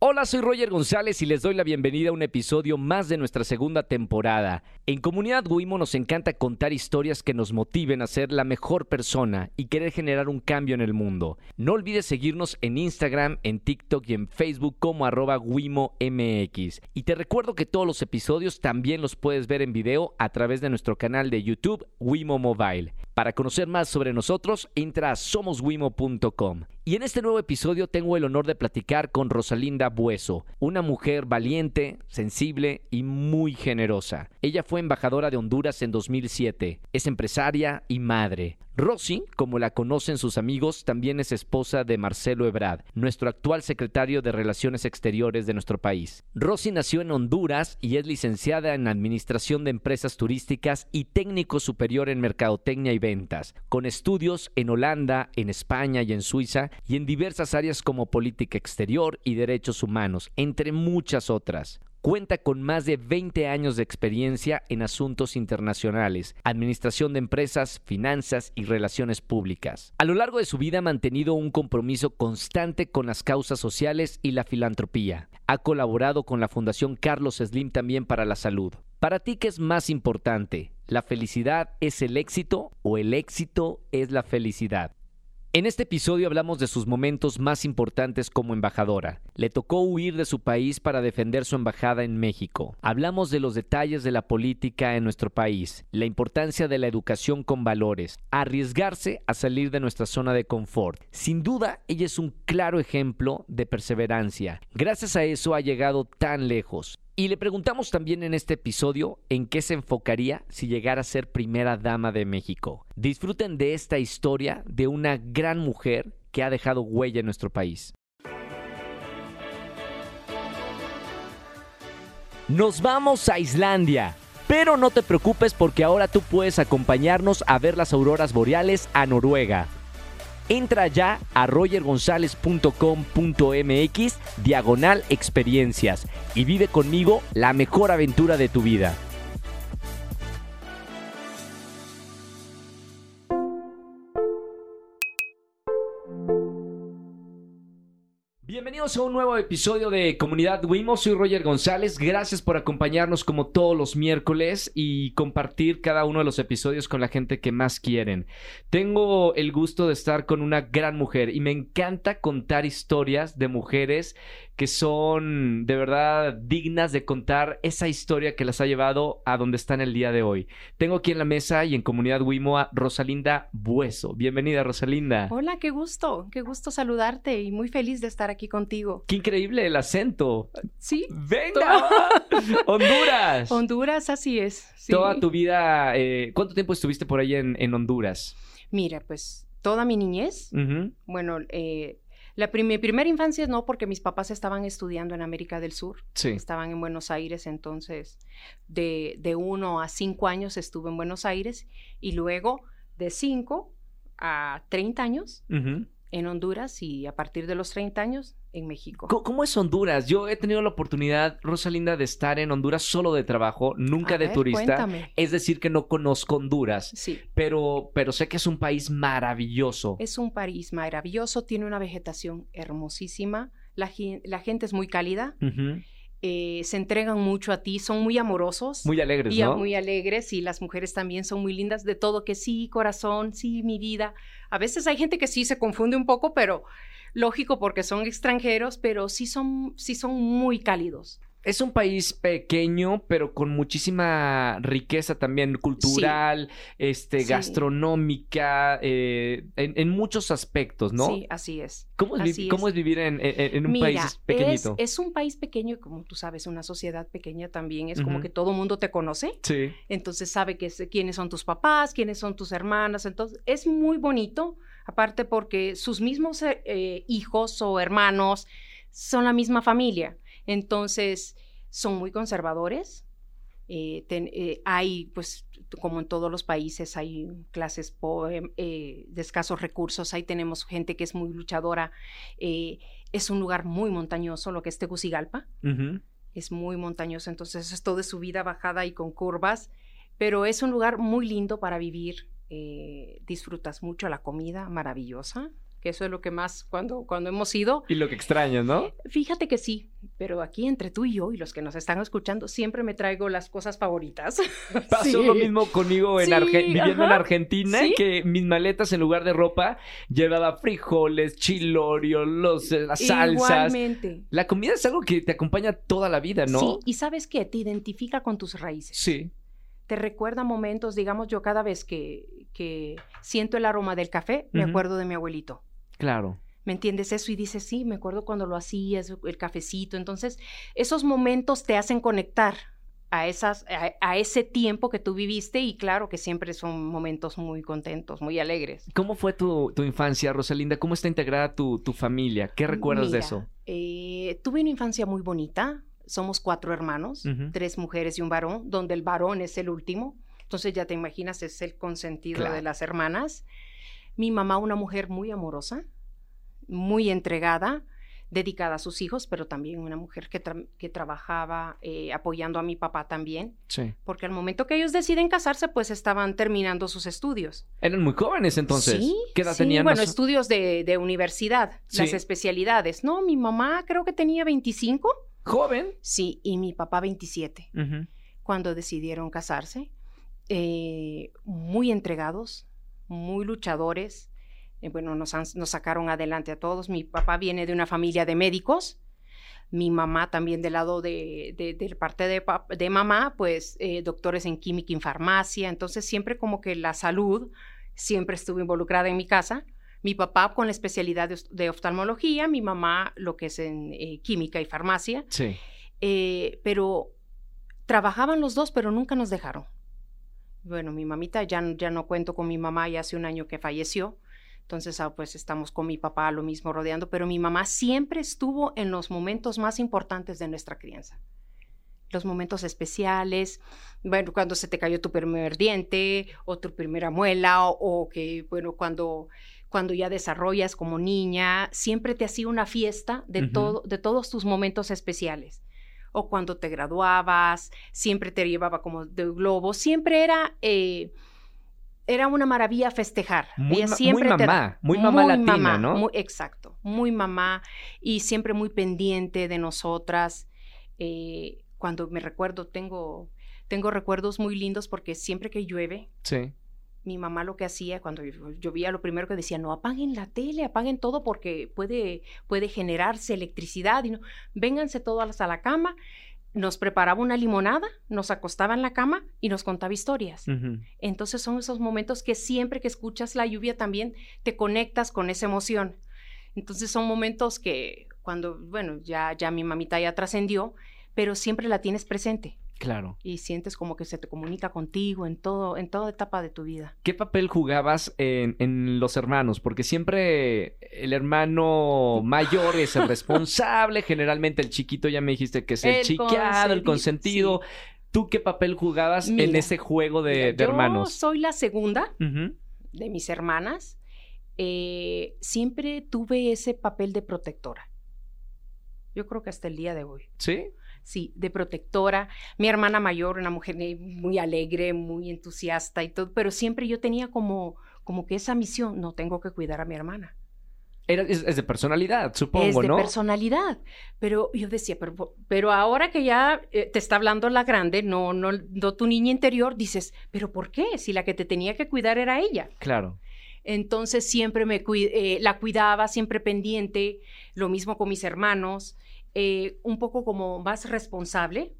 Hola, soy Roger González y les doy la bienvenida a un episodio más de nuestra segunda temporada. En Comunidad Wimo nos encanta contar historias que nos motiven a ser la mejor persona y querer generar un cambio en el mundo. No olvides seguirnos en Instagram, en TikTok y en Facebook como @WimoMX. Y te recuerdo que todos los episodios también los puedes ver en video a través de nuestro canal de YouTube Wimo Mobile. Para conocer más sobre nosotros, entra a somoswimo.com. Y en este nuevo episodio tengo el honor de platicar con Rosalinda Bueso, una mujer valiente, sensible y muy generosa. Ella fue embajadora de Honduras en 2007, es empresaria y madre. Rosy, como la conocen sus amigos, también es esposa de Marcelo Ebrard, nuestro actual secretario de Relaciones Exteriores de nuestro país. Rosy nació en Honduras y es licenciada en Administración de Empresas Turísticas y técnico superior en Mercadotecnia y Ventas, con estudios en Holanda, en España y en Suiza, y en diversas áreas como política exterior y derechos humanos, entre muchas otras. Cuenta con más de 20 años de experiencia en asuntos internacionales, administración de empresas, finanzas y relaciones públicas. A lo largo de su vida ha mantenido un compromiso constante con las causas sociales y la filantropía. Ha colaborado con la Fundación Carlos Slim también para la salud. ¿Para ti qué es más importante? ¿La felicidad es el éxito o el éxito es la felicidad? En este episodio hablamos de sus momentos más importantes como embajadora. Le tocó huir de su país para defender su embajada en México. Hablamos de los detalles de la política en nuestro país, la importancia de la educación con valores, arriesgarse a salir de nuestra zona de confort. Sin duda, ella es un claro ejemplo de perseverancia. Gracias a eso ha llegado tan lejos. Y le preguntamos también en este episodio en qué se enfocaría si llegara a ser primera dama de México. Disfruten de esta historia de una gran mujer que ha dejado huella en nuestro país. Nos vamos a Islandia, pero no te preocupes porque ahora tú puedes acompañarnos a ver las auroras boreales a Noruega. Entra ya a rogergonzalez.com.mx/experiencias y vive conmigo la mejor aventura de tu vida. Bienvenidos a un nuevo episodio de Comunidad Wimo. Soy Roger González. Gracias por acompañarnos como todos los miércoles y compartir cada uno de los episodios con la gente que más quieren. Tengo el gusto de estar con una gran mujer y me encanta contar historias de mujeres que son de verdad dignas de contar esa historia que las ha llevado a donde están el día de hoy. Tengo aquí en la mesa y en Comunidad Wimo a Rosalinda Bueso. Bienvenida, Rosalinda. Hola, qué gusto saludarte y muy feliz de estar aquí contigo. ¡Qué increíble el acento! Sí. ¡Venga! ¡Honduras! Honduras, así es. Sí. Toda tu vida, ¿cuánto tiempo estuviste por ahí en Honduras? Mira, pues toda mi niñez, bueno, mi primera infancia no, porque mis papás estaban estudiando en América del Sur. Sí. Estaban en Buenos Aires, entonces de 1 a 5 años estuve en Buenos Aires y luego de 5 a 30 años en Honduras y a partir de los 30 años en México. ¿Cómo es Honduras? Yo he tenido la oportunidad, Rosalinda, de estar en Honduras solo de trabajo, nunca de turista. Cuéntame. Es decir, que no conozco Honduras, Sí. pero sé que es un país maravilloso. Es un país maravilloso, tiene una vegetación hermosísima, la gente es muy cálida, se entregan mucho a ti, son muy amorosos. Muy alegres, y ¿no? Muy alegres, y las mujeres también son muy lindas, de todo que sí, corazón, sí, mi vida. A veces hay gente que sí se confunde un poco, pero lógico porque son extranjeros, pero sí son muy cálidos. Es un país pequeño, pero con muchísima riqueza también cultural, Sí. Gastronómica, en muchos aspectos, ¿no? Sí, así es. ¿Cómo es vivir en un país pequeñito? Es un país pequeño, como tú sabes, una sociedad pequeña también. Es como que todo mundo te conoce. Sí. Entonces sabe quiénes son tus papás, quiénes son tus hermanas. Entonces es muy bonito, aparte porque sus mismos hijos o hermanos son la misma familia. Entonces, son muy conservadores. Hay, pues, como en todos los países, hay clases de escasos recursos. Ahí tenemos gente que es muy luchadora. Es un lugar muy montañoso, lo que es Tegucigalpa. Es muy montañoso, entonces es toda subida, bajada y con curvas. Pero es un lugar muy lindo para vivir. Disfrutas mucho la comida, maravillosa. que eso es lo que más cuando hemos ido. Y lo que extrañas, ¿no? Fíjate que sí, pero aquí entre tú y yo y los que nos están escuchando, siempre me traigo las cosas favoritas. Pasó lo mismo conmigo viviendo en Argentina, ¿Sí? que mis maletas en lugar de ropa llevaba frijoles, chilorio, las salsas. Igualmente. La comida es algo que te acompaña toda la vida, ¿no? Sí, y ¿sabes qué? Te identifica con tus raíces. Sí. Te recuerda momentos, digamos, yo cada vez que siento el aroma del café, me acuerdo de mi abuelito. Claro. ¿Me entiendes eso? Y dices, sí, me acuerdo cuando lo hacías, el cafecito. Entonces, esos momentos te hacen conectar a ese tiempo que tú viviste y claro que siempre son momentos muy contentos, muy alegres. ¿Cómo fue tu infancia, Rosalinda? ¿Cómo está integrada tu familia? ¿Qué recuerdas de eso? Tuve una infancia muy bonita. Somos 4 hermanos, 3 mujeres y un varón, donde el varón es el último. Entonces ya te imaginas, es el consentido de las hermanas. Mi mamá, una mujer muy amorosa, muy entregada, dedicada a sus hijos, pero también una mujer que trabajaba apoyando a mi papá también. Sí. Porque al momento que ellos deciden casarse, pues estaban terminando sus estudios. ¿Eran muy jóvenes entonces? Sí, ¿Qué edad sí, tenían? bueno, estudios de universidad, las especialidades. No, mi mamá creo que tenía 25. ¿Joven? Sí, y mi papá 27. Cuando decidieron casarse, muy entregados, muy luchadores. Bueno, nos sacaron adelante a todos. Mi papá viene de una familia de médicos. Mi mamá también del lado de parte de mamá, pues doctores en química y en farmacia. Entonces siempre como que la salud siempre estuvo involucrada en mi casa. Mi papá con la especialidad de oftalmología, mi mamá lo que es en química y farmacia. Sí. Pero trabajaban los dos, pero nunca nos dejaron. Bueno, mi mamita, ya no cuento con mi mamá, ya hace un año que falleció. Entonces, pues estamos con mi papá lo mismo rodeando, pero mi mamá siempre estuvo en los momentos más importantes de nuestra crianza. Los momentos especiales, bueno, cuando se te cayó tu primer diente o tu primera muela o que, bueno, cuando ya desarrollas como niña, siempre te hacía una fiesta de todos tus momentos especiales. O cuando te graduabas, siempre te llevaba como de globo, siempre era una maravilla festejar. Muy mamá latina, ¿no? Exacto, muy mamá y siempre muy pendiente de nosotras. Cuando me recuerdo, tengo recuerdos muy lindos porque siempre que llueve, mi mamá lo que hacía cuando llovía, lo primero que decía, no apaguen la tele, apaguen todo porque puede generarse electricidad. Y no, vénganse todas a la cama. Nos preparaba una limonada, nos acostaba en la cama y nos contaba historias. Entonces son esos momentos que siempre que escuchas la lluvia también te conectas con esa emoción. Entonces son momentos que cuando, bueno, ya mi mamita ya trascendió, pero siempre la tienes presente. Claro. Y sientes como que se te comunica contigo en toda etapa de tu vida. ¿Qué papel jugabas en los hermanos? Porque siempre el hermano mayor es el responsable, generalmente el chiquito ya me dijiste que es el chiqueado, el consentido. Sí. ¿Tú qué papel jugabas en ese juego de hermanos? Yo soy la segunda de mis hermanas. Siempre tuve ese papel de protectora. Yo creo que hasta el día de hoy. ¿Sí? Sí, de protectora. Mi hermana mayor, una mujer muy alegre, muy entusiasta y todo, pero siempre yo tenía como que esa misión, no tengo que cuidar a mi hermana. Es de personalidad, supongo, ¿no? Es de personalidad, pero yo decía, pero ahora que ya te está hablando la grande, no tu niña interior, dices, ¿pero por qué? Si la que te tenía que cuidar era ella. Claro. Entonces siempre la cuidaba, siempre pendiente, lo mismo con mis hermanos. Un poco como más responsable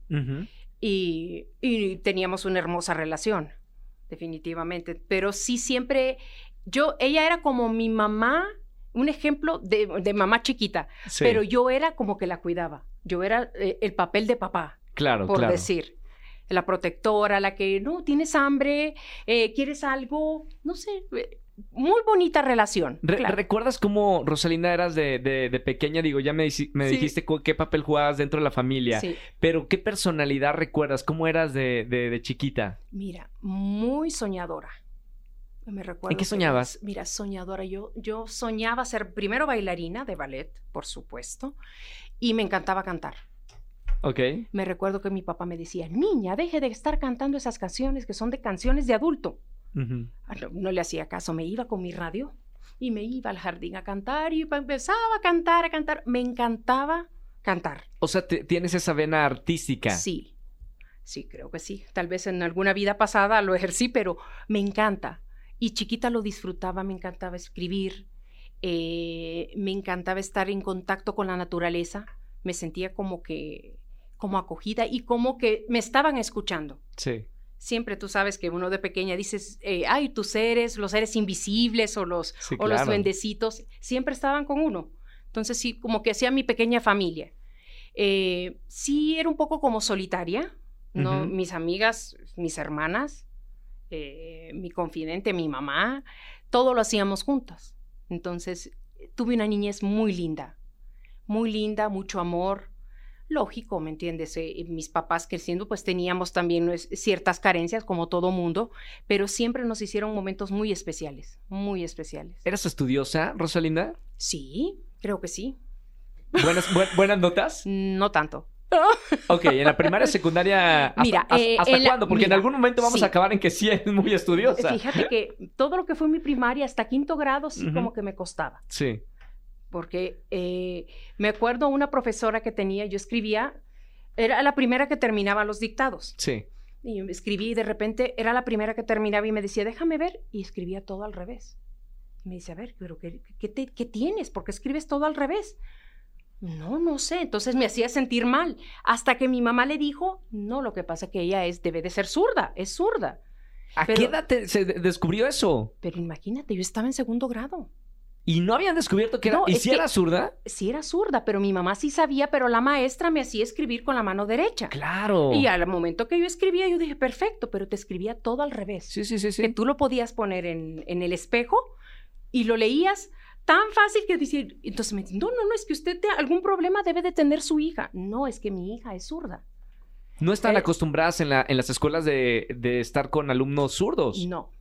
y teníamos una hermosa relación, definitivamente. Pero sí siempre, ella era como mi mamá, un ejemplo de mamá chiquita, pero yo era como que la cuidaba. Yo era el papel de papá, por decir. La protectora, la que, no, tienes hambre, quieres algo, no sé. Muy bonita relación. Claro. ¿Recuerdas cómo, Rosalinda, eras de pequeña? Digo, ya me dijiste qué papel jugabas dentro de la familia. Sí. Pero, ¿qué personalidad recuerdas? ¿Cómo eras de chiquita? Mira, muy soñadora. Me recuerdo. ¿En qué soñabas? Mira, soñadora. Yo soñaba ser primero bailarina de ballet, por supuesto, y me encantaba cantar. Ok. Me recuerdo que mi papá me decía, niña, deje de estar cantando esas canciones que son de canciones de adulto. No le hacía caso, me iba con mi radio Y me iba al jardín a cantar y empezaba a cantar, a cantar. Me encantaba cantar. O sea, ¿tienes esa vena artística? Sí, sí, creo que sí. Tal vez en alguna vida pasada lo ejercí, pero me encanta. Y chiquita lo disfrutaba, me encantaba escribir, me encantaba estar en contacto con la naturaleza. Me sentía como acogida y como que me estaban escuchando. Sí. Siempre tú sabes que uno de pequeña dices, ay, tus seres, los seres invisibles o los duendecitos, siempre estaban con uno. Entonces sí, como que hacía mi pequeña familia. Sí, era un poco como solitaria, ¿no? Mis amigas, mis hermanas, mi confidente, mi mamá, todo lo hacíamos juntas. Entonces tuve una niñez muy linda, mucho amor. Lógico, ¿me entiendes? Mis papás creciendo, pues teníamos también ciertas carencias, como todo mundo, pero siempre nos hicieron momentos muy especiales, muy especiales. ¿Eras estudiosa, Rosalinda? Sí, creo que sí. ¿Buenas notas? No tanto. Ok, en la primaria, secundaria, ¿hasta cuándo? Porque en algún momento vamos a acabar en que sí eres muy estudiosa. Fíjate que todo lo que fue mi primaria hasta 5º grado sí como que me costaba. Sí. Porque me acuerdo una profesora que tenía, yo escribía, era la primera que terminaba los dictados. Sí. Y yo escribí y de repente era la primera que terminaba y me decía, déjame ver, y escribía todo al revés. Y me dice, a ver, pero ¿qué tienes? ¿Por qué escribes todo al revés? No sé. Entonces me hacía sentir mal. Hasta que mi mamá le dijo, no, lo que pasa es que ella debe de ser zurda, es zurda. ¿A qué edad se descubrió eso? Pero imagínate, yo estaba en 2º grado. ¿Y no habían descubierto que era? ¿Y si era zurda? Sí era zurda, pero mi mamá sí sabía, pero la maestra me hacía escribir con la mano derecha. ¡Claro! Y al momento que yo escribía, yo dije, perfecto, pero te escribía todo al revés. Sí. Que tú lo podías poner en el espejo y lo leías tan fácil que decir, entonces me dice, no, es que usted algún problema debe de tener su hija. No, es que mi hija es zurda. ¿No están acostumbradas en las escuelas de estar con alumnos zurdos? No.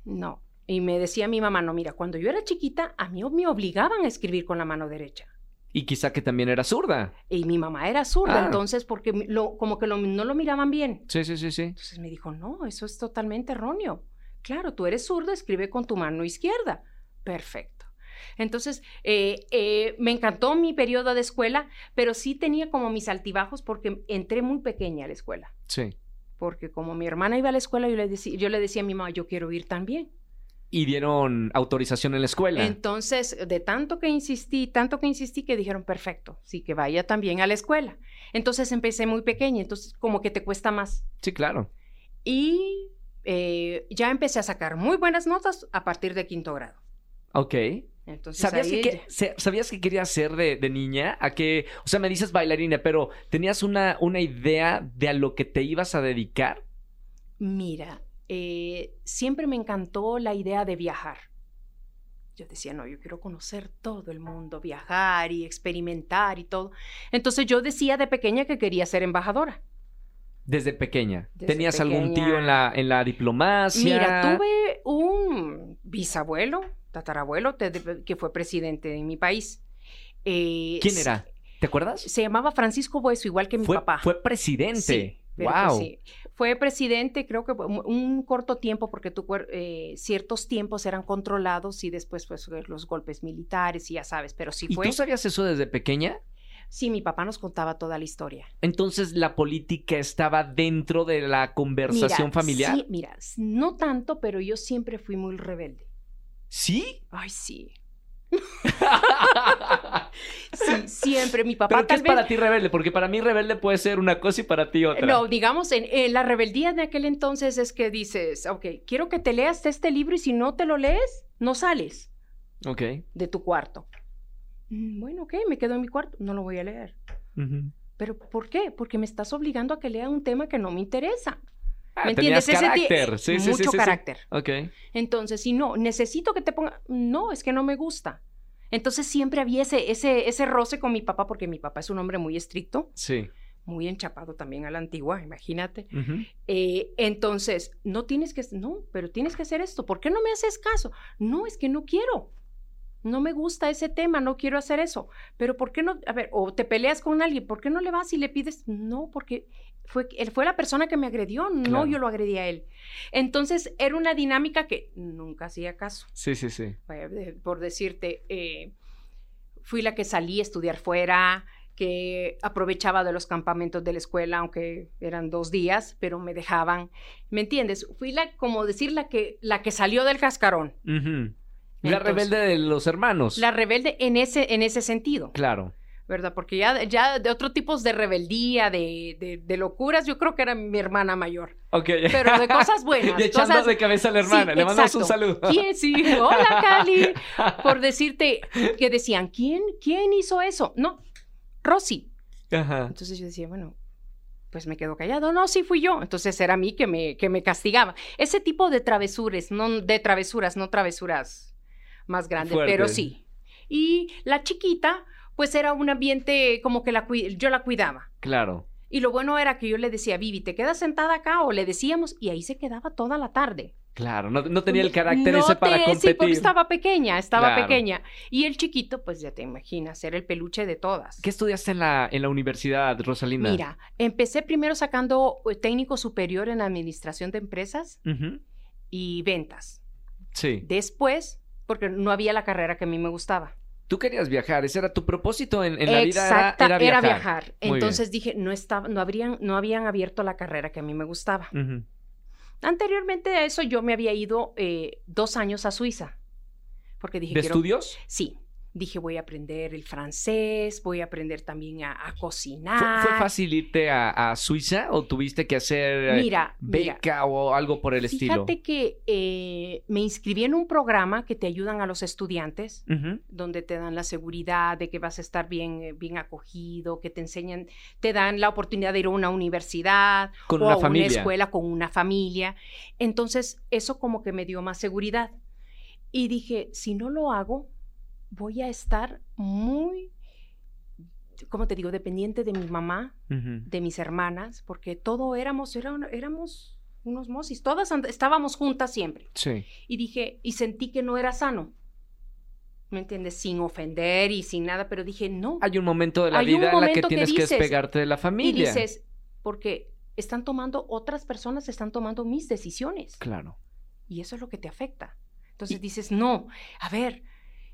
Y me decía mi mamá, no, mira, cuando yo era chiquita, a mí me obligaban a escribir con la mano derecha. Y quizá que también era zurda. Y mi mamá era zurda, entonces, porque como que no lo miraban bien. Sí. Entonces me dijo, no, eso es totalmente erróneo. Claro, tú eres zurda, escribe con tu mano izquierda. Perfecto. Entonces, me encantó mi periodo de escuela, pero sí tenía como mis altibajos porque entré muy pequeña a la escuela. Sí. Porque como mi hermana iba a la escuela, yo le decía a mi mamá, yo quiero ir también. Y dieron autorización en la escuela. Entonces, de tanto que insistí, que dijeron, perfecto, sí, que vaya también a la escuela. Entonces, empecé muy pequeña, entonces como que te cuesta más. Sí, claro. Y ya empecé a sacar muy buenas notas a partir de 5º grado. Ok. Entonces, ¿Sabías qué querías ser de niña? O sea, me dices bailarina, pero ¿tenías una idea de a lo que te ibas a dedicar? Mira, siempre me encantó la idea de viajar. Yo decía, no, yo quiero conocer todo el mundo, viajar y experimentar y todo. Entonces yo decía de pequeña que quería ser embajadora. Desde pequeña. ¿Tenías algún tío en la diplomacia? Mira, tuve un bisabuelo, tatarabuelo, que fue presidente en mi país. ¿Quién era? ¿Te acuerdas? Se llamaba Francisco Bueso, igual que mi papá. Fue presidente. Sí. ¡Wow! Sí. Fue presidente, creo que un corto tiempo, porque ciertos tiempos eran controlados y después pues los golpes militares y ya sabes, pero sí fue. ¿Y tú sabías eso desde pequeña? Sí, mi papá nos contaba toda la historia. Entonces, ¿la política estaba dentro de la conversación familiar? Sí, mira, no tanto, pero yo siempre fui muy rebelde. ¿Sí? Ay, sí. Sí, siempre mi papá. ¿Pero qué es para ti rebelde? Porque para mí rebelde puede ser una cosa y para ti otra. No, digamos, en la rebeldía de aquel entonces es que dices, ok, quiero que te leas este libro y si no te lo lees, no sales de tu cuarto. Bueno, ok, me quedo en mi cuarto, no lo voy a leer. ¿Pero por qué? Porque me estás obligando a que lea un tema que no me interesa. ¿Me entiendes? Carácter. Mucho carácter. Ok. Entonces, si no, necesito que te ponga... No, es que no me gusta. Entonces, siempre había ese roce con mi papá, porque mi papá es un hombre muy estricto. Sí. Muy enchapado también a la antigua, imagínate. Entonces, pero tienes que hacer esto. ¿Por qué no me haces caso? No, es que no quiero. no me gusta ese tema, no quiero hacer eso. Pero ¿por qué no? A ver, o te peleas con alguien, ¿por qué no le vas y le pides? No, porque él fue la persona que me agredió, no Claro. yo lo agredí a él. Entonces, era una dinámica que nunca hacía caso. Sí, sí, sí. Por decirte, fui la que salí a estudiar fuera, que aprovechaba de los campamentos de la escuela, aunque eran 2 días, pero me dejaban, ¿me entiendes? Fui como decir la que salió del cascarón. Uh-huh. La Entonces, rebelde de los hermanos. La rebelde en ese sentido. Claro. ¿Verdad? Porque ya de otros tipos de rebeldía, de locuras, yo creo que era mi hermana mayor. Ok. Pero de cosas buenas. Y echando cosas... de cabeza a la hermana. Sí, Le mandamos un exacto. saludo. ¿Quién? Sí. Hola, Cali. Por decirte que decían, ¿quién hizo eso? No, Rosy. Ajá. Entonces yo decía, bueno, pues me quedo callado. No, sí fui yo. Entonces era a mí que me castigaba. Ese tipo de travesuras, no travesuras más grandes, Fuerte. pero sí. Y la chiquita, pues era un ambiente como que yo la cuidaba. Claro. Y lo bueno era que yo le decía, Vivi, ¿te quedas sentada acá? O le decíamos, y ahí se quedaba toda la tarde. Claro, no tenía el carácter ese para competir. Sí, porque estaba pequeña. Claro. Y el chiquito, pues ya te imaginas, era el peluche de todas. ¿Qué estudiaste en la universidad, Rosalinda? Mira, empecé primero sacando técnico superior en administración de empresas Uh-huh. y ventas. Sí. Después, porque no había la carrera que a mí me gustaba. Tú querías viajar, ese era tu propósito en la vida, era viajar. Era viajar. Muy Entonces dije, no habían abierto la carrera que a mí me gustaba. Uh-huh. Anteriormente a eso, yo me había ido 2 años a Suiza. Porque dije, ¿De estudios? Sí. Dije, voy a aprender el francés, voy a aprender también a cocinar. ¿Fue fácil irte a Suiza o tuviste que hacer beca o algo por el estilo? Fíjate que me inscribí en un programa que te ayudan a los estudiantes, Uh-huh. donde te dan la seguridad de que vas a estar bien acogido, que te enseñan, te dan la oportunidad de ir a una universidad Con o una a familia. una escuela con una familia. Entonces, eso como que me dio más seguridad. Y dije, si no lo hago, voy a estar muy, ¿cómo te digo?, dependiente de mi mamá, Uh-huh. de mis hermanas, porque éramos unos mosis, todas estábamos juntas siempre. Sí. Y dije, y sentí que no era sano, ¿me entiendes? Sin ofender y sin nada, pero dije, no. Hay un momento de la Hay un vida en la que momento que tienes que dices- despegarte de la Y familia. dices, porque otras personas están tomando mis decisiones. Claro. Y eso es lo que te afecta. Entonces dices, no, a ver,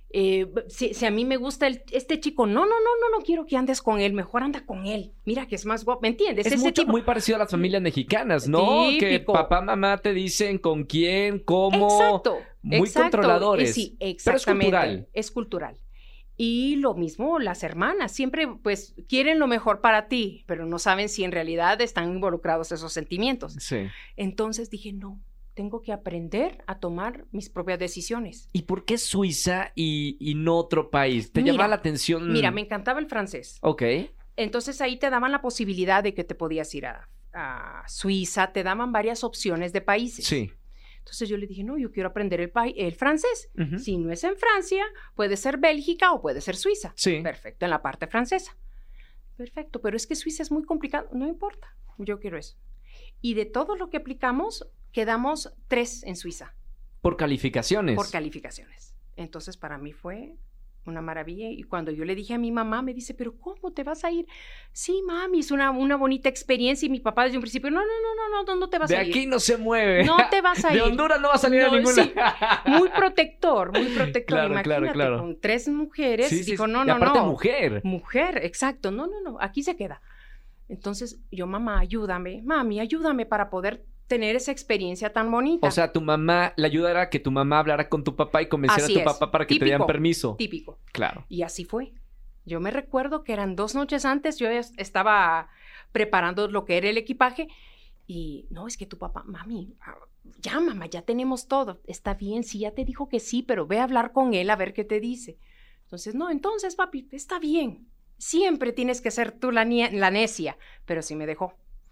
si a mí me gusta este chico, no quiero que andes con él, mejor anda con él. Mira que es más guapo, ¿me entiendes? Es Ese tipo. muy parecido a las familias mexicanas, ¿no? Que Típico. papá, mamá te dicen con quién, cómo. Exacto. Muy exacto. controladores. Sí, Pero es exactamente. cultural. Es cultural. Y lo mismo las hermanas, siempre pues quieren lo mejor para ti, pero no saben si en realidad están involucrados esos sentimientos. Sí. Entonces dije, no, tengo que aprender a tomar mis propias decisiones. ¿Y por qué Suiza y no otro país? ¿Te Mira, llama la atención? Mira, me encantaba el francés. Ok. Entonces ahí te daban la posibilidad de que te podías ir a Suiza, te daban varias opciones de países. Sí. Entonces yo le dije, no, yo quiero aprender el francés. Uh-huh. Si no es en Francia, puede ser Bélgica o puede ser Suiza. Sí. Perfecto, en la parte francesa. Perfecto, pero es que Suiza es muy complicado. No importa, yo quiero eso. Y de todo lo que aplicamos, quedamos 3 en Suiza. Por calificaciones. Por calificaciones. Entonces para mí fue una maravilla. Y cuando yo le dije a mi mamá, me dice, ¿pero cómo te vas a ir? Sí, mami, es una bonita experiencia. Y mi papá desde un principio, no te vas De a ir. aquí no se mueve. No te vas a De ir. Honduras no va a salir a ningún sí. lado. Muy protector. Claro, Imagínate, claro. con 3 mujeres. Sí, sí, dijo, sí. no. Y aparte mujer. Mujer, exacto. No, aquí se queda. Entonces, yo, mamá, ayúdame. Mami, ayúdame para poder tener esa experiencia tan bonita. O sea, tu mamá, la ayuda era que tu mamá hablara con tu papá y convenciera Así a tu es. papá para que te dieran permiso. Típico. Claro. Y así fue. Yo me recuerdo que eran 2 noches antes, yo estaba preparando lo que era el equipaje y, no, es que tu papá, mami, ya mamá, ya tenemos todo. Está bien, sí, ya te dijo que sí, pero ve a hablar con él a ver qué te dice. Entonces, no, entonces, papi, está bien. Siempre tienes que ser tú la necia, pero sí me dejó.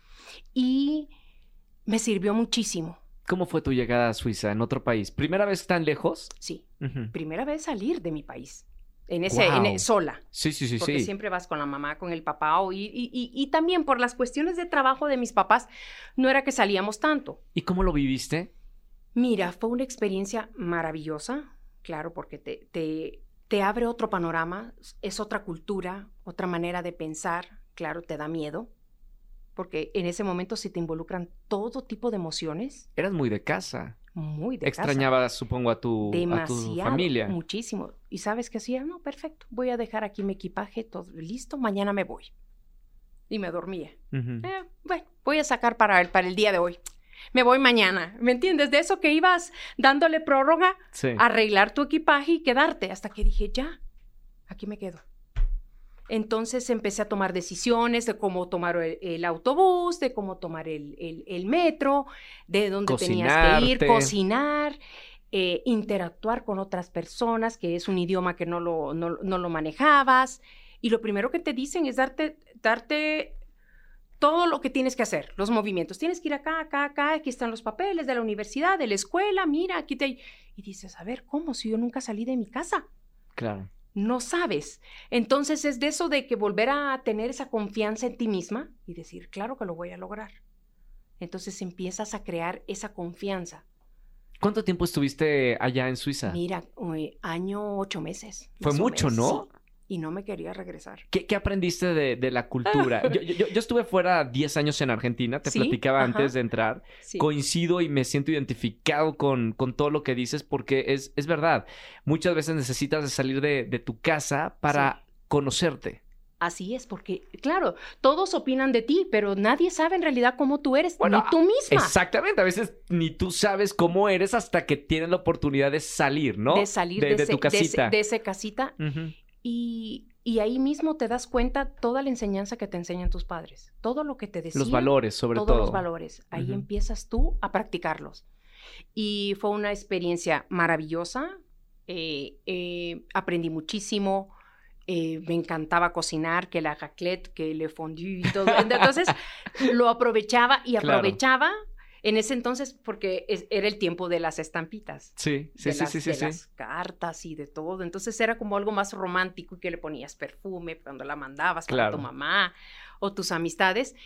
Y me sirvió muchísimo. ¿Cómo fue tu llegada a Suiza, en otro país? ¿Primera vez tan lejos? Sí, Uh-huh. primera vez salir de mi país, Wow. sola. Sí. Porque siempre vas con la mamá, con el papá, y también por las cuestiones de trabajo de mis papás, no era que salíamos tanto. ¿Y cómo lo viviste? Mira, fue una experiencia maravillosa, claro, porque te abre otro panorama, es otra cultura, otra manera de pensar. Claro, te da miedo, porque en ese momento se te involucran todo tipo de emociones. Eras muy de casa. Muy de Extrañabas, supongo, a tu familia. Muchísimo. ¿Y sabes qué hacía? No, perfecto, voy a dejar aquí mi equipaje, todo listo, mañana me voy. Y me dormía. Uh-huh. Bueno, voy a sacar para el día de hoy. Me voy mañana, ¿me entiendes? De eso que ibas dándole prórroga, sí. Arreglar tu equipaje y quedarte, hasta que dije, ya, aquí me quedo. Entonces empecé a tomar decisiones de cómo tomar el autobús, de cómo tomar el metro, de dónde tenías que ir, cocinar, interactuar con otras personas, que es un idioma que no lo manejabas. Y lo primero que te dicen es darte todo lo que tienes que hacer, los movimientos. Tienes que ir acá, aquí están los papeles de la universidad, de la escuela, mira, aquí te... Y dices, a ver, ¿cómo? Si yo nunca salí de mi casa. Claro. No sabes. Entonces es de eso de que volver a tener esa confianza en ti misma y decir, claro que lo voy a lograr. Entonces empiezas a crear esa confianza. ¿Cuánto tiempo estuviste allá en Suiza? Mira, año 8 meses. Fue mucho, ¿no? Sí. Y no me quería regresar. ¿Qué aprendiste de la cultura? Yo estuve fuera 10 años en Argentina, te platicaba antes de entrar. Sí. Coincido y me siento identificado con todo lo que dices porque es verdad. Muchas veces necesitas de salir de tu casa para conocerte. Así es, porque, claro, todos opinan de ti, pero nadie sabe en realidad cómo tú eres, ni tú misma. Exactamente, a veces ni tú sabes cómo eres hasta que tienes la oportunidad de salir, ¿no? De salir de tu casita. De esa casita. Uh-huh. Y ahí mismo te das cuenta toda la enseñanza que te enseñan tus padres. Todo lo que te decían. Los valores, sobre todo. Todos los valores. Ahí empiezas tú a practicarlos. Y fue una experiencia maravillosa. Aprendí muchísimo. Me encantaba cocinar, que la raclette, que le fondue y todo. Entonces, lo aprovechaba y aprovechaba. En ese entonces, porque era el tiempo de las estampitas. Sí. Las cartas y de todo. Entonces era como algo más romántico y que le ponías perfume cuando la mandabas para tu mamá o tus amistades.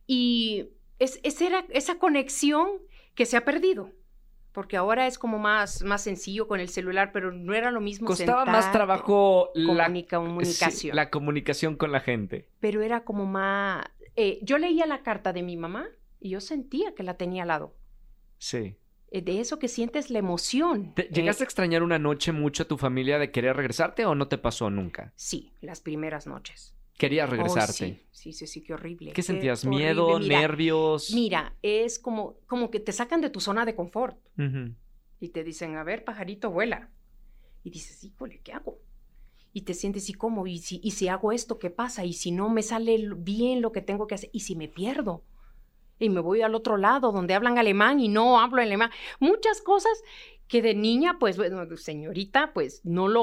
Y era esa conexión que se ha perdido. Porque ahora es como más sencillo con el celular, pero no era lo mismo. Costaba más trabajo la comunicación. La comunicación con la gente. Pero era como más... yo leía la carta de mi mamá y yo sentía que la tenía al lado. Sí. De eso que sientes la emoción. ¿Llegaste a extrañar una noche mucho a tu familia de querer regresarte o no te pasó nunca? Sí, las primeras noches. ¿Querías regresarte? Sí, qué horrible. ¿Qué sentías? ¿Miedo? ¿Nervios? Mira, es como que te sacan de tu zona de confort. Uh-huh. Y te dicen, a ver, pajarito, vuela. Y dices, híjole, ¿qué hago? Y te sientes, ¿y cómo? ¿Y si hago esto, qué pasa? ¿Y si no me sale bien lo que tengo que hacer? ¿Y si me pierdo? Y me voy al otro lado donde hablan alemán y no hablo alemán. Muchas cosas que de niña, pues, bueno, señorita, pues,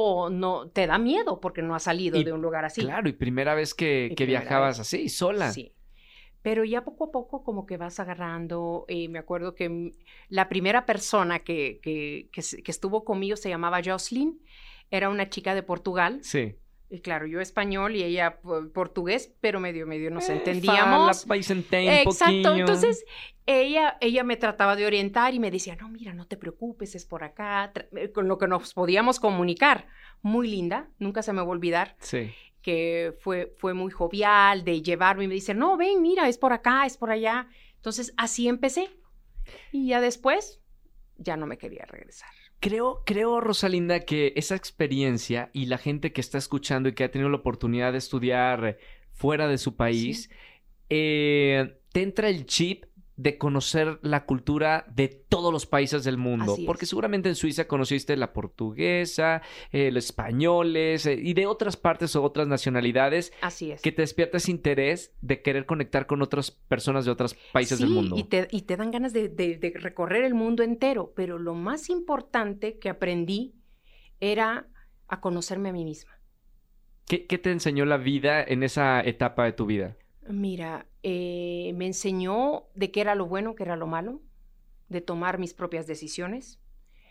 no te da miedo porque no has salido de un lugar así. Claro, y primera vez que viajabas así, sola. Sí. Pero ya poco a poco como que vas agarrando. Me acuerdo que la primera persona que estuvo conmigo se llamaba Jocelyn. Era una chica de Portugal. Sí. Y claro, yo español y ella portugués, pero medio nos entendíamos. Exacto, entonces ella me trataba de orientar y me decía, no, mira, no te preocupes, es por acá, con lo que nos podíamos comunicar. Muy linda, nunca se me va a olvidar. Sí. Que fue muy jovial de llevarme y me dice, no, ven, mira, es por acá, es por allá. Entonces, así empecé. Y ya después, ya no me quería regresar. Creo, Rosalinda, que esa experiencia y la gente que está escuchando y que ha tenido la oportunidad de estudiar fuera de su país, te entra el chip de conocer la cultura de todos los países del mundo. Porque seguramente en Suiza conociste la portuguesa, los españoles y de otras partes o otras nacionalidades. Así es. Que te despierta ese interés de querer conectar con otras personas de otros países del mundo. Y te dan ganas de recorrer el mundo entero. Pero lo más importante que aprendí era a conocerme a mí misma. ¿Qué te enseñó la vida en esa etapa de tu vida? Mira, me enseñó de qué era lo bueno, qué era lo malo, de tomar mis propias decisiones,